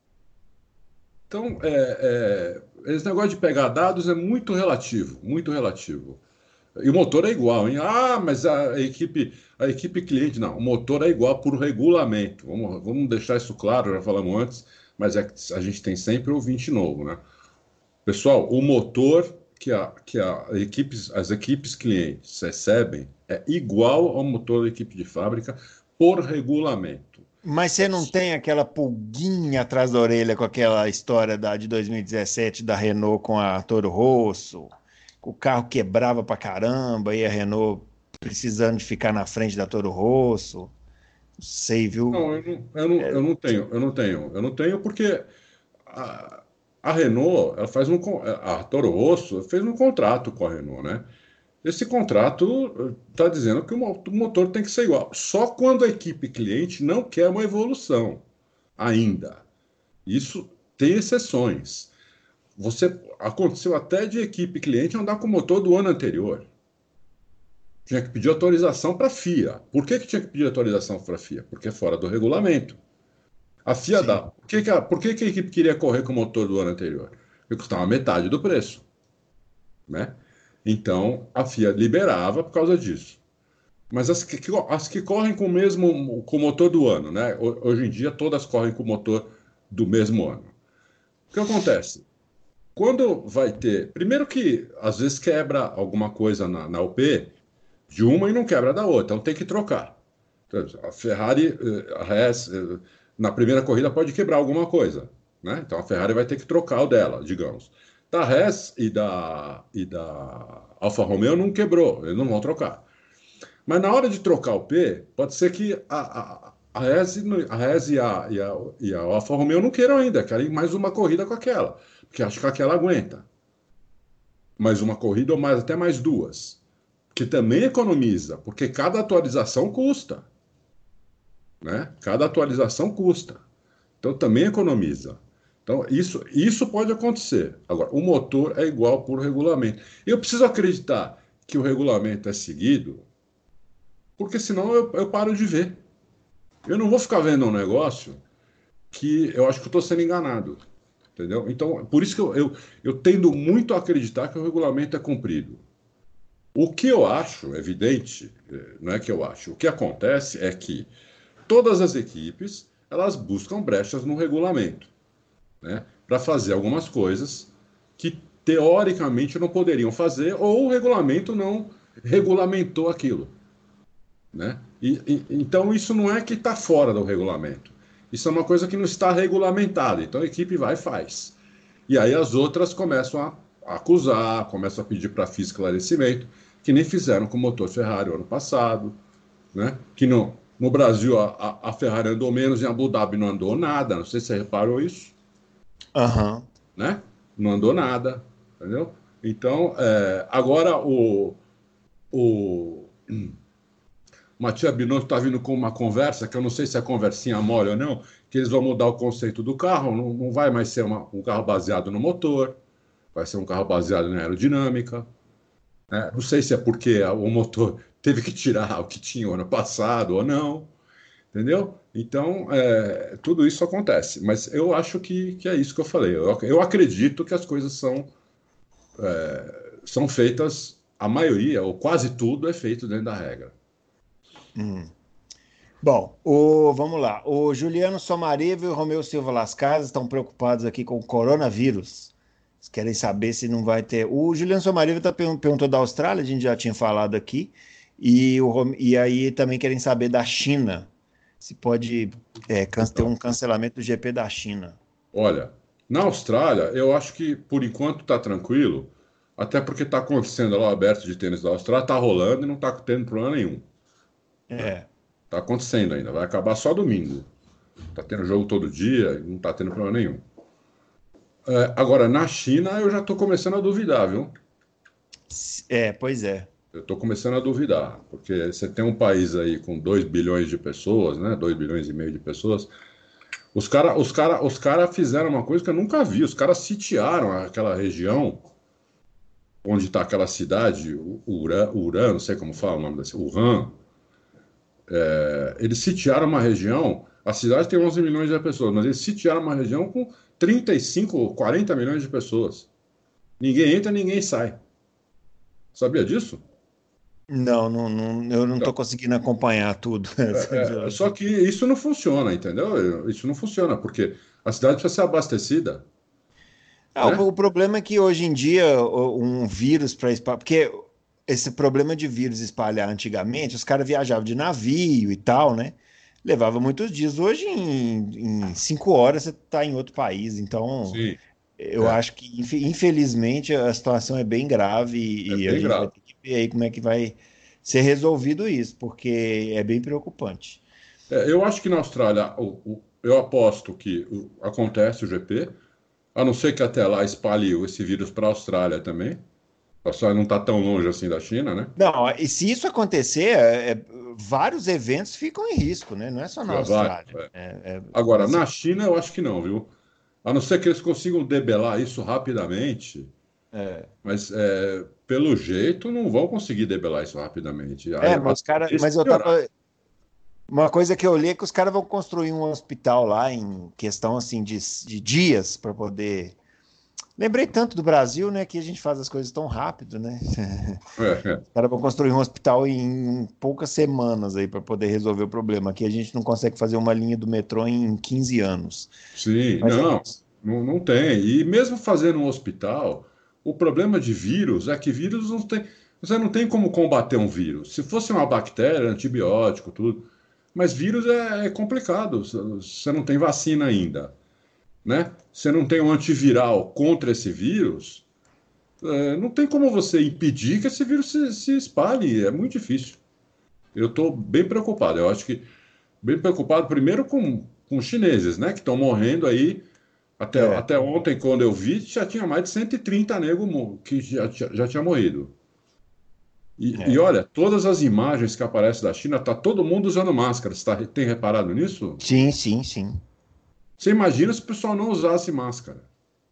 Então, é, é, esse negócio de pegar dados é muito relativo, muito relativo. E o motor é igual, hein? Ah, mas a equipe, a equipe cliente, não. O motor é igual por regulamento. Vamos, vamos deixar isso claro, já falamos antes, mas é que a gente tem sempre ouvinte novo, né? Pessoal, o motor que, a, que a equipes, as equipes clientes recebem é igual ao motor da equipe de fábrica por regulamento. Mas você não tem aquela pulguinha atrás da orelha com aquela história da, de dois mil e dezessete da Renault com a Toro Rosso? O carro quebrava pra caramba e a Renault precisando de ficar na frente da Toro Rosso. Não sei, viu? Não, eu não, eu não, eu não tenho, eu não tenho. Eu não tenho porque a, a Renault, ela faz um, a Toro Rosso fez um contrato com a Renault, né? Esse contrato está dizendo que o motor tem que ser igual. Só quando a equipe cliente não quer uma evolução ainda. Isso tem exceções. Você, aconteceu até de equipe cliente andar com o motor do ano anterior. Tinha que pedir autorização para a FIA. Por que, que tinha que pedir autorização para a FIA? Porque é fora do regulamento. A FIA Sim. dá. Por, que, que, a, por que, que a equipe queria correr com o motor do ano anterior? Porque custava metade do preço. Né? Então, a FIA liberava por causa disso. Mas as que, as que correm com o mesmo com o motor do ano, né? Hoje em dia, todas correm com o motor do mesmo ano. O que acontece? Quando vai ter... Primeiro que, às vezes, quebra alguma coisa na, na U P de uma e não quebra da outra. Então, tem que trocar. Então, a Ferrari, a Haas, na primeira corrida pode quebrar alguma coisa. Né? Então, a Ferrari vai ter que trocar o dela, digamos. Da Haas e da, e da Alfa Romeo não quebrou. Eles não vão trocar. Mas na hora de trocar o P, pode ser que a, a, a Haas, a Haas e, a, e, a, e a Alfa Romeo não queiram ainda, querem mais uma corrida com aquela, porque acho que aquela aguenta. Mais uma corrida ou mais, até mais duas. Que também economiza, porque cada atualização custa. Né? Cada atualização custa. Então também economiza. Então isso, isso pode acontecer. Agora, o motor é igual por regulamento. Eu preciso acreditar que o regulamento é seguido, porque senão eu, eu paro de ver. Eu não vou ficar vendo um negócio que eu acho que eu estou sendo enganado. Entendeu? Então, por isso que eu, eu, eu tendo muito a acreditar que o regulamento é cumprido. O que eu acho, evidente, não é que eu acho, o que acontece é que todas as equipes, elas buscam brechas no regulamento, né, para fazer algumas coisas que, teoricamente, não poderiam fazer, ou o regulamento não regulamentou aquilo. Né? E, e, então isso não é que está fora do regulamento, isso é uma coisa que não está regulamentada, então a equipe vai e faz, e aí as outras começam a, a acusar, começam a pedir para a F I A esclarecimento, que nem fizeram com o motor Ferrari ano passado, né? Que no, no Brasil a, a Ferrari andou menos, em Abu Dhabi não andou nada, não sei se você reparou isso. Uhum. Né? Não andou nada, entendeu? Então, é, agora o o Matias Binotto está vindo com uma conversa, que eu não sei se é conversinha mole ou não, que eles vão mudar o conceito do carro, não, não vai mais ser uma, um carro baseado no motor, vai ser um carro baseado na aerodinâmica. Né? Não sei se é porque o motor teve que tirar o que tinha o ano passado ou não, entendeu? Então, é, tudo isso acontece. Mas eu acho que, que é isso que eu falei. Eu, eu acredito que as coisas são, é, são feitas, a maioria, ou quase tudo, é feito dentro da regra. Hum. Bom, o, vamos lá. O Juliano Somariva e o Romeu Silva Las Casas estão preocupados aqui com o coronavírus. Eles querem saber se não vai ter. O Juliano Somariva tá, perguntou da Austrália, a gente já tinha falado aqui. E, o, e aí também querem saber da China. Se pode é, ter um cancelamento do G P da China. Olha, na Austrália, eu acho que por enquanto está tranquilo, até porque está acontecendo lá o aberto de tênis da Austrália, está rolando e não está tendo problema nenhum. É. Está acontecendo ainda, vai acabar só domingo. Está tendo jogo todo dia e não está tendo problema nenhum. É, agora, na China, eu já estou começando a duvidar, viu? É, pois é. Eu estou começando a duvidar, porque você tem um país aí com dois bilhões de pessoas, né? dois bilhões e meio de pessoas. Os caras os cara, os cara fizeram uma coisa que eu nunca vi. Os caras sitiaram aquela região onde está aquela cidade, Uran, Uran, não sei como fala o nome desse, Wuhan. É, eles sitiaram uma região, a cidade tem onze milhões de pessoas, mas eles sitiaram uma região com trinta e cinco, quarenta milhões de pessoas. Ninguém entra, ninguém sai. Sabia disso? Não, não, não eu não estou então, conseguindo acompanhar tudo. É, é, só que isso não funciona, entendeu? Isso não funciona, porque a cidade precisa ser abastecida. Ah, né? o, o problema é que hoje em dia um vírus para espalhar, porque esse problema de vírus espalhar antigamente, os caras viajavam de navio e tal, né? Levava muitos dias. Hoje, em, em cinco horas, você está em outro país. Então, Sim, eu é. acho que, infelizmente, a situação é bem grave e, É e bem a gente grave. vai ter que ver aí como é que vai ser resolvido isso, porque é bem preocupante. É, eu acho que na Austrália, o, o, eu aposto que o, acontece o G P, a não ser que até lá espalhe esse vírus para a Austrália também. A Austrália não está tão longe assim da China, né? Não, e se isso acontecer, é, é, vários eventos ficam em risco, né? Não é só na Já vai, Austrália. é. É, é, Agora, você- na China, eu acho que não, viu? A não ser que eles consigam debelar isso rapidamente, É, mas é, pelo jeito não vão conseguir debelar isso rapidamente. é Aí, a mas, cara, tendência mas é eu piorar. tava. Uma coisa que eu li é que os caras vão construir um hospital lá em questão assim de, de dias para poder. Lembrei tanto do Brasil, né, que a gente faz as coisas tão rápido, né? É, é. Os caras vão construir um hospital em poucas semanas aí para poder resolver o problema. Aqui a gente não consegue fazer uma linha do metrô em quinze anos. Sim, Mas é não, isso. não, não tem. E mesmo fazendo um hospital, o problema de vírus é que vírus não tem. Você não tem como combater um vírus. Se fosse uma bactéria, antibiótico, tudo. Mas vírus é, é complicado. Você não tem vacina ainda, né? Você não tem um antiviral contra esse vírus. É, não tem como você impedir que esse vírus se, se espalhe. É muito difícil. Eu estou bem preocupado. Eu acho que bem preocupado primeiro com, com os chineses, né? Que estão morrendo aí. Até, É, até ontem, quando eu vi, já tinha mais de cento e trinta negros mo- que já, já, já tinha morrido. E, e é. olha, todas as imagens que aparecem da China, tá todo mundo usando máscara. Você tá, tem reparado nisso? Sim, sim, sim. Você imagina se o pessoal não usasse máscara?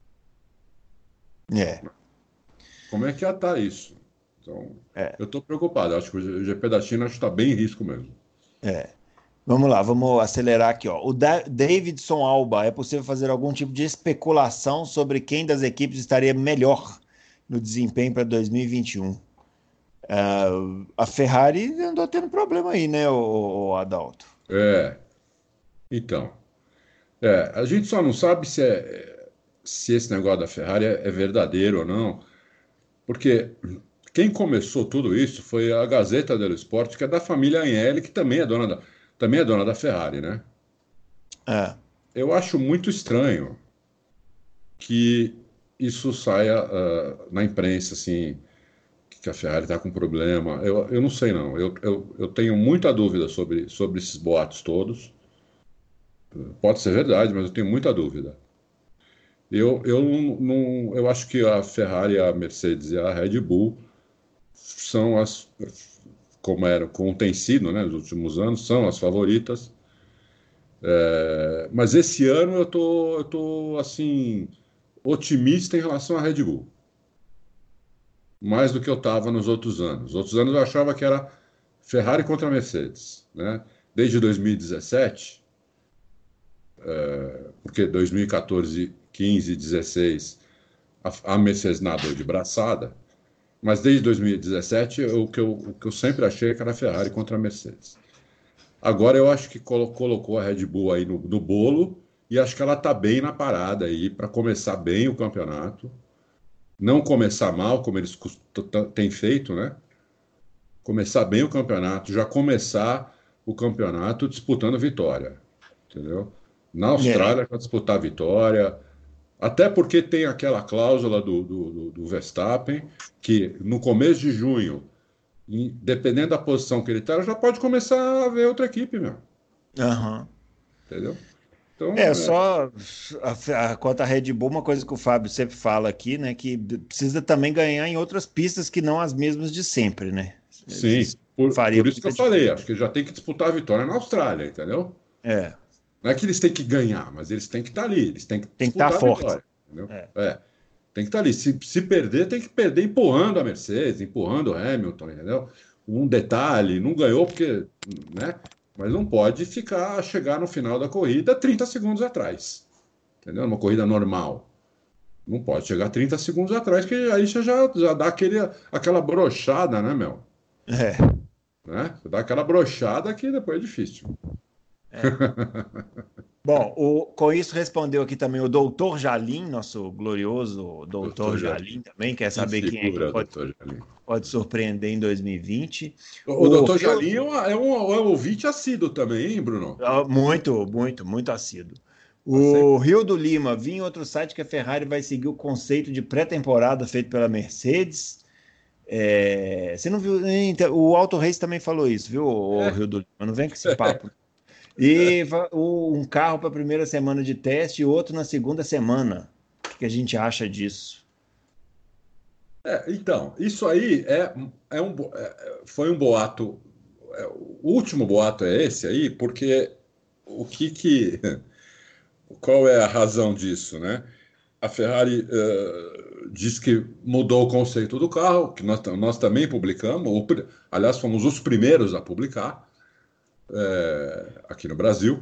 É, Como é que ia estar isso? Então, é, eu estou preocupado. Acho que o G P da China está bem em risco mesmo. é. Vamos lá, vamos acelerar aqui, ó. O Da- Davidson Alba, é possível fazer algum tipo de especulação sobre quem das equipes estaria melhor no desempenho para dois mil e vinte e um? Ah, a Ferrari andou tendo problema aí, né, o, Adalto? É, então. É, a gente só não sabe se, é, se esse negócio da Ferrari é, é verdadeiro ou não, porque quem começou tudo isso foi a Gazeta dello Sport, que é da família Agnelli, que também é dona da, também é dona da Ferrari, né? É, Eu acho muito estranho que isso saia ah, na imprensa, assim, que a Ferrari está com problema. Eu, eu não sei, não. Eu, eu, eu tenho muita dúvida sobre, sobre esses boatos todos. Pode ser verdade, mas eu tenho muita dúvida. Eu, eu, não, não- eu acho que a Ferrari, a Mercedes e a Red Bull são as, como eram, como tem sido, né, nos últimos anos, são as favoritas. É, mas esse ano eu tô, eu tô assim otimista em relação à Red Bull, mais do que eu estava nos outros anos. Os outros anos eu achava que era Ferrari contra Mercedes, né? Desde dois mil e dezessete, porque dois mil e quatorze, quinze, dezesseis a, a Mercedes nadou de braçada. Mas desde dois mil e dezessete, o que eu, o que eu sempre achei é que era a Ferrari contra a Mercedes. Agora eu acho que colo- colocou a Red Bull aí no, no bolo e acho que ela está bem na parada aí para começar bem o campeonato. Não começar mal, como eles cust- t- têm feito, né? Começar bem o campeonato, já começar o campeonato disputando vitória, entendeu? Na é, Austrália, para disputar vitória, até porque tem aquela cláusula do, do, do do Verstappen, que no começo de junho, e dependendo da posição que ele está, já pode começar a ver outra equipe, meu. aham. Entendeu? É, Então, é, só a, a, quanto à Red Bull, uma coisa que o Fábio sempre fala aqui, né, que precisa também ganhar em outras pistas que não as mesmas de sempre, né? sim, Isso por, faria por isso que eu muita falei, diferença. acho que já tem que disputar a vitória na Austrália, entendeu? É, Não é que eles têm que ganhar, mas eles têm que estar ali, eles têm que tem que estar disputar a forte. vitória, entendeu? É, É, tem que estar ali. Se, se perder, tem que perder empurrando a Mercedes, empurrando o Hamilton, entendeu? Um detalhe, não ganhou porque, né? Mas não pode ficar, chegar no final da corrida trinta segundos atrás, entendeu? Uma corrida normal. Não pode chegar trinta segundos atrás, que aí você já, já dá aquele, aquela brochada, né, meu? é, Né? Você dá aquela brochada que depois é difícil. é. Bom, o- com isso respondeu aqui também o doutor Jalim, nosso glorioso doutor Doutor Jalim Jardim. também, quer Que saber quem é que figura, pode, doutor Jardim. pode surpreender em dois mil e vinte. O, o O doutor Rio, Jardim é, uma- é um, é um ouvinte assíduo também, hein, Bruno? ah, muito, muito, muito assíduo. Tá sempre. O Rio do Lima, vi em outro site que a Ferrari vai seguir o conceito de pré-temporada feito pela Mercedes. É, você não viu? Então, o Auto Race também falou isso, viu, o É. Rio do Lima? Não vem com esse papo. E va- o- um carro para a primeira semana de teste e outro na segunda semana. O que que a gente acha disso? É, então, isso aí é, é um, bo- é- foi um boato. É, o último boato é esse aí, porque o que que. qual é a razão disso, né? A Ferrari uh, diz que mudou o conceito do carro, que nós, nós também publicamos, ou, aliás, fomos os primeiros a publicar é, aqui no Brasil.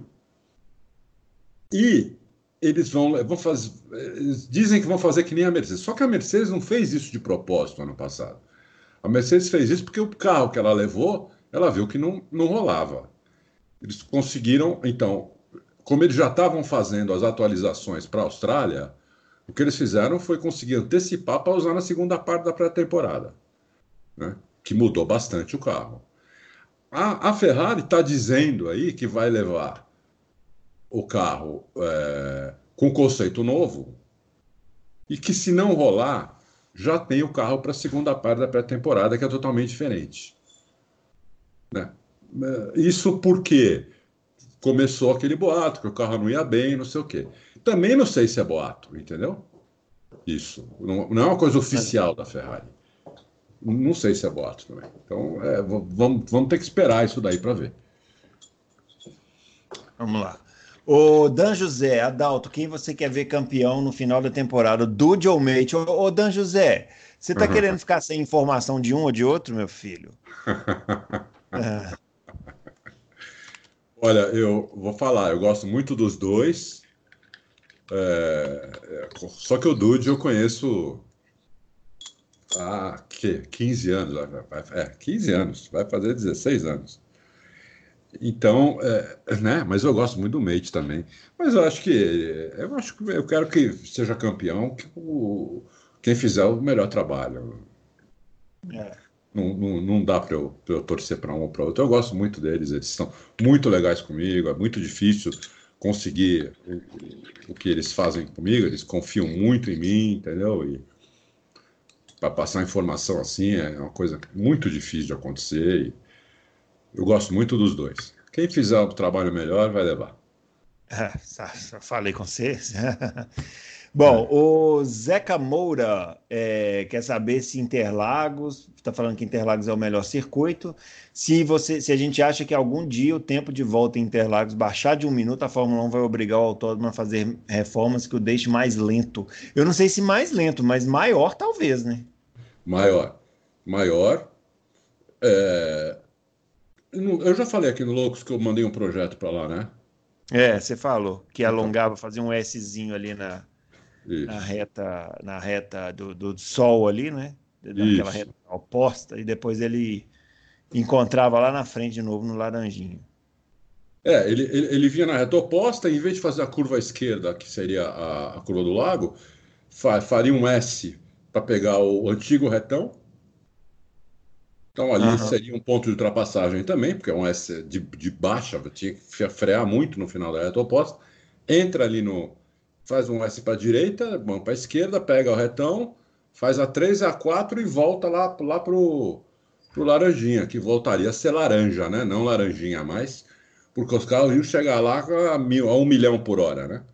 E eles vão, vão fazer, eles dizem que vão fazer que nem a Mercedes. Só que a Mercedes não fez isso de propósito ano passado. A Mercedes fez isso porque o carro que ela levou, ela viu que não, não rolava. Eles conseguiram, então, como eles já estavam fazendo as atualizações para a Austrália, o que eles fizeram foi conseguir antecipar para usar na segunda parte da pré-temporada, né? Que mudou bastante o carro. A, a Ferrari está dizendo aí que vai levar o carro é, com conceito novo e que, se não rolar, já tem o carro para a segunda parte da pré-temporada, que é totalmente diferente, né? Isso porque começou aquele boato que o carro não ia bem, não sei o quê. Também não sei se é boato, entendeu? Isso. Não, não é uma coisa oficial da Ferrari. Não sei se é boato também. Então, é, vamos, vamos ter que esperar isso daí para ver. Vamos lá. O Dan José, Adalto, quem você quer ver campeão no final da temporada? Dude ou Mate? Ô, ô Dan José, você tá querendo ficar sem informação de um ou de outro, meu filho? Ah. Olha, eu vou falar, eu gosto muito dos dois. É, é, só que o Dude eu conheço há que, quinze anos. É, quinze anos, vai fazer dezesseis anos. Então, é, né? Mas eu gosto muito do Mate também. Mas eu acho que eu acho que eu quero que seja campeão que o, quem fizer o melhor trabalho. É. Não, não, não dá para eu, eu torcer para um ou para outro. Eu gosto muito deles, eles são muito legais comigo. É muito difícil conseguir o, o que eles fazem comigo. Eles confiam muito em mim, entendeu? E para passar informação assim é uma coisa muito difícil de acontecer. E eu gosto muito dos dois. Quem fizer o trabalho melhor vai levar. É, falei com você. Bom, é. O Zeca Moura é, quer saber se Interlagos, está falando que Interlagos é o melhor circuito, se, você, se a gente acha que algum dia o tempo de volta em Interlagos baixar de um minuto, a Fórmula um vai obrigar o autódromo a fazer reformas que o deixe mais lento. Eu não sei se mais lento, mas maior talvez, né? Maior. Maior. É... Eu já falei aqui no Loucos que eu mandei um projeto para lá, né? É, você falou que alongava, fazia um Szinho ali na, na reta, na reta do, do sol ali, né? Naquela reta oposta, e depois ele encontrava lá na frente de novo no Laranjinha. É, ele, ele, ele vinha na reta oposta, em vez de fazer a curva à esquerda, que seria a, a curva do lago, fa, faria um S para pegar o, o antigo retão. Então ali uhum. seria um ponto de ultrapassagem também, porque é um S de, de baixa, tinha que frear muito no final da reta oposta. Entra ali no. Faz um S para a direita, vamos para a esquerda, pega o retão, faz a três, a quatro e volta lá, lá para o Laranjinha, que voltaria a ser laranja, né? Não laranjinha mais, porque os carros iam chegar lá a, mil, a um milhão por hora, né?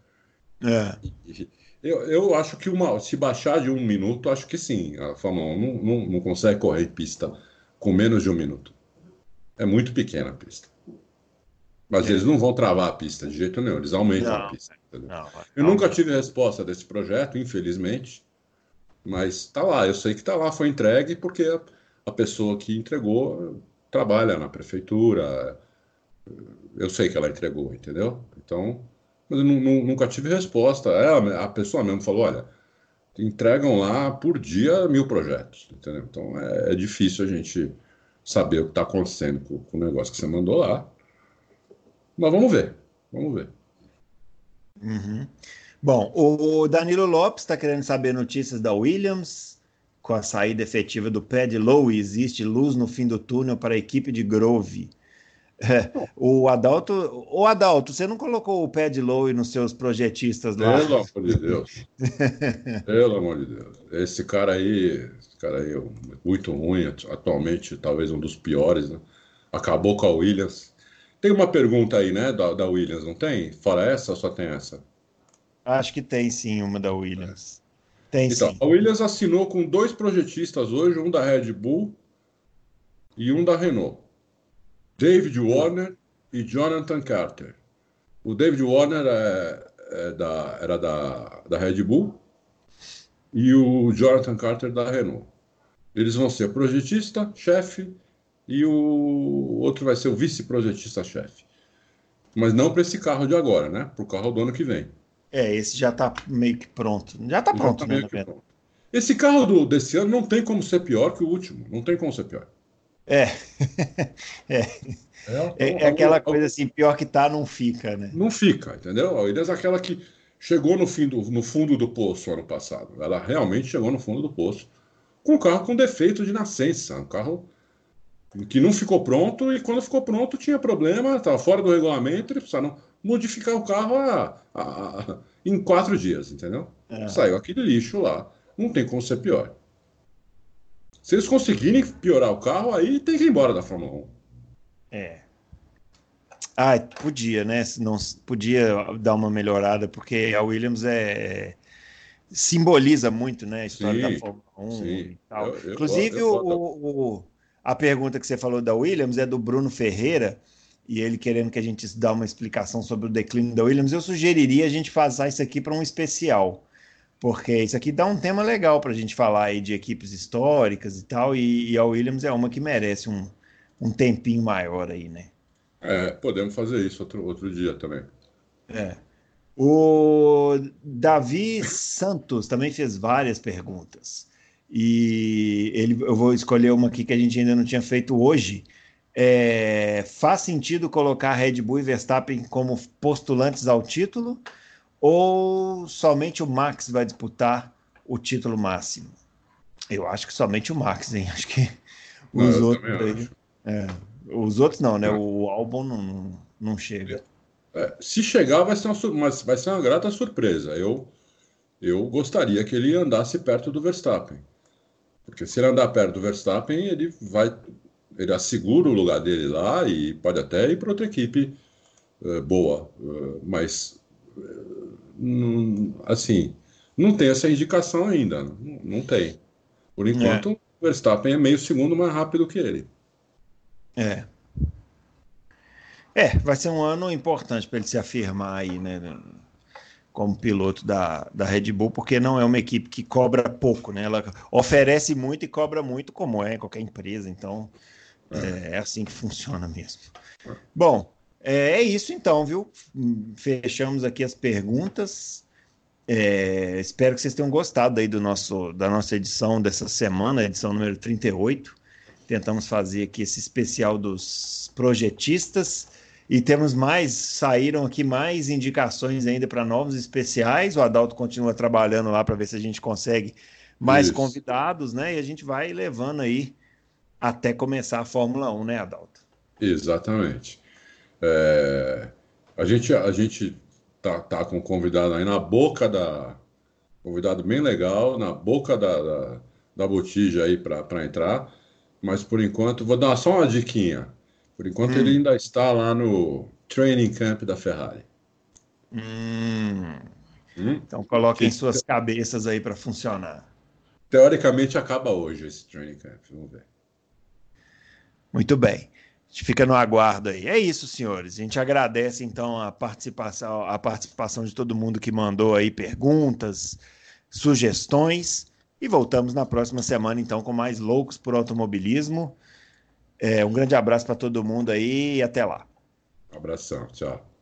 É. Eu, eu acho que uma, se baixar de um minuto, acho que sim. A Fórmula um não, não, não consegue correr pista com menos de um minuto. É muito pequena a pista. Mas é. eles não vão travar a pista de jeito nenhum, eles aumentam não, a pista. Não, eu nunca tive resposta desse projeto, infelizmente, mas está lá, eu sei que está lá, foi entregue porque a, a pessoa que entregou trabalha na prefeitura, eu sei que ela entregou, entendeu? Então, mas eu não, não, nunca tive resposta. Ela, a pessoa mesmo falou, olha, entregam lá por dia mil projetos, entendeu? Então é, é difícil a gente saber o que está acontecendo com, com o negócio que você mandou lá. Mas vamos ver, vamos ver. Uhum. Bom, o Danilo Lopes está querendo saber notícias da Williams, com a saída efetiva do Paddy Lowe, existe luz no fim do túnel para a equipe de Grove. É, o Adalto, o Adalto, você não colocou o Paddy Lowe nos seus projetistas lá? Pelo amor de Deus. Pelo amor de Deus. Esse cara aí, esse cara aí é muito ruim, atualmente talvez um dos piores, né? Acabou com a Williams. Tem uma pergunta aí, né, da, da Williams, não tem? Fora essa ou só tem essa? Acho que tem sim uma da Williams. É. Tem então, sim. A Williams assinou com dois projetistas hoje, um da Red Bull e um da Renault. David Warner e Jonathan Carter. O David Warner é, é da, era da, da Red Bull, e o Jonathan Carter da Renault. Eles vão ser projetista, chefe, e o outro vai ser o vice-projetista-chefe. Mas não para esse carro de agora, né? Para o carro do ano que vem. É, esse já está meio que pronto. Já está pronto, Já tá né? meio que pronto. Esse carro do, desse ano não tem como ser pior que o último. Não tem como ser pior. É. é. É, então, É, é aquela coisa assim, pior que tá, não fica, né? Não fica, entendeu? A Williams é aquela que chegou no, fim do, no fundo do poço ano passado. Ela realmente chegou no fundo do poço com um carro com defeito de nascença. Um carro que não ficou pronto e quando ficou pronto tinha problema, estava fora do regulamento, eles precisaram modificar o carro a, a, a, em quatro dias, entendeu? É. Saiu aquele lixo lá. Não tem como ser pior. Se eles conseguirem piorar o carro, aí tem que ir embora da Fórmula um. É. Ah, podia, né? Não, podia dar uma melhorada, porque a Williams é, simboliza muito, né? A história Sim, da Fórmula um sim. e tal. Eu- eu- Inclusive, eu- eu- o, o- a pergunta que você falou da Williams é do Bruno Ferreira, e ele querendo que a gente dê uma explicação sobre o declínio da Williams. Eu sugeriria a gente fazer isso aqui para um especial, porque isso aqui dá um tema legal para a gente falar aí de equipes históricas e tal, e, e a Williams é uma que merece um, um tempinho maior aí, né? É, podemos fazer isso outro, outro dia também. É. O Davi Santos também fez várias perguntas. E ele, eu vou escolher uma aqui que a gente ainda não tinha feito hoje. É, faz sentido colocar Red Bull e Verstappen como postulantes ao título? Ou somente o Max vai disputar o título máximo? Eu acho que somente o Max, hein? Acho que Não, os eu outros também aí, acho. é, os outros não, né? Não. O Albon não, não, não chega. É, se chegar, vai ser uma, sur- mas vai ser uma grata surpresa. Eu, eu gostaria que ele andasse perto do Verstappen. Porque se ele andar perto do Verstappen, ele vai, ele assegura o lugar dele lá e pode até ir para outra equipe eh, boa. Eh, mas, eh, não- assim, não tem essa indicação ainda. Não, não tem. Por É, enquanto, o Verstappen é meio segundo mais rápido que ele. é. É, vai ser um ano importante para ele se afirmar aí, né, como piloto da, da Red Bull, porque não é uma equipe que cobra pouco, né? Ela oferece muito e cobra muito, como é em qualquer empresa, então é, é assim que funciona mesmo. Bom, é, é isso então, viu? Fechamos aqui as perguntas. É, espero que vocês tenham gostado aí do nosso, da nossa edição dessa semana, edição número trinta e oito. Tentamos fazer aqui esse especial dos projetistas. E temos mais, saíram aqui mais indicações ainda para novos especiais. O Adalto continua trabalhando lá para ver se a gente consegue mais Isso. convidados, né? E a gente vai levando aí até começar a Fórmula um, né, Adalto? Exatamente. É, a gente a gente tá, tá com um convidado aí na boca da convidado bem legal na boca da, da, da botija aí para entrar, mas por enquanto vou dar só uma diquinha. Por enquanto ele Hum. ainda está lá no training camp da Ferrari. Hum. Hum? Então coloquem Que suas cabeças aí para funcionar. teoricamente acaba hoje esse training camp. Vamos ver. Muito bem. A gente fica no aguardo aí. É isso, senhores. A gente agradece, então, a participação, a participação de todo mundo que mandou aí perguntas, sugestões. E voltamos na próxima semana, então, com mais Loucos por Automobilismo. É, um grande abraço para todo mundo aí e até lá. Abração. Tchau.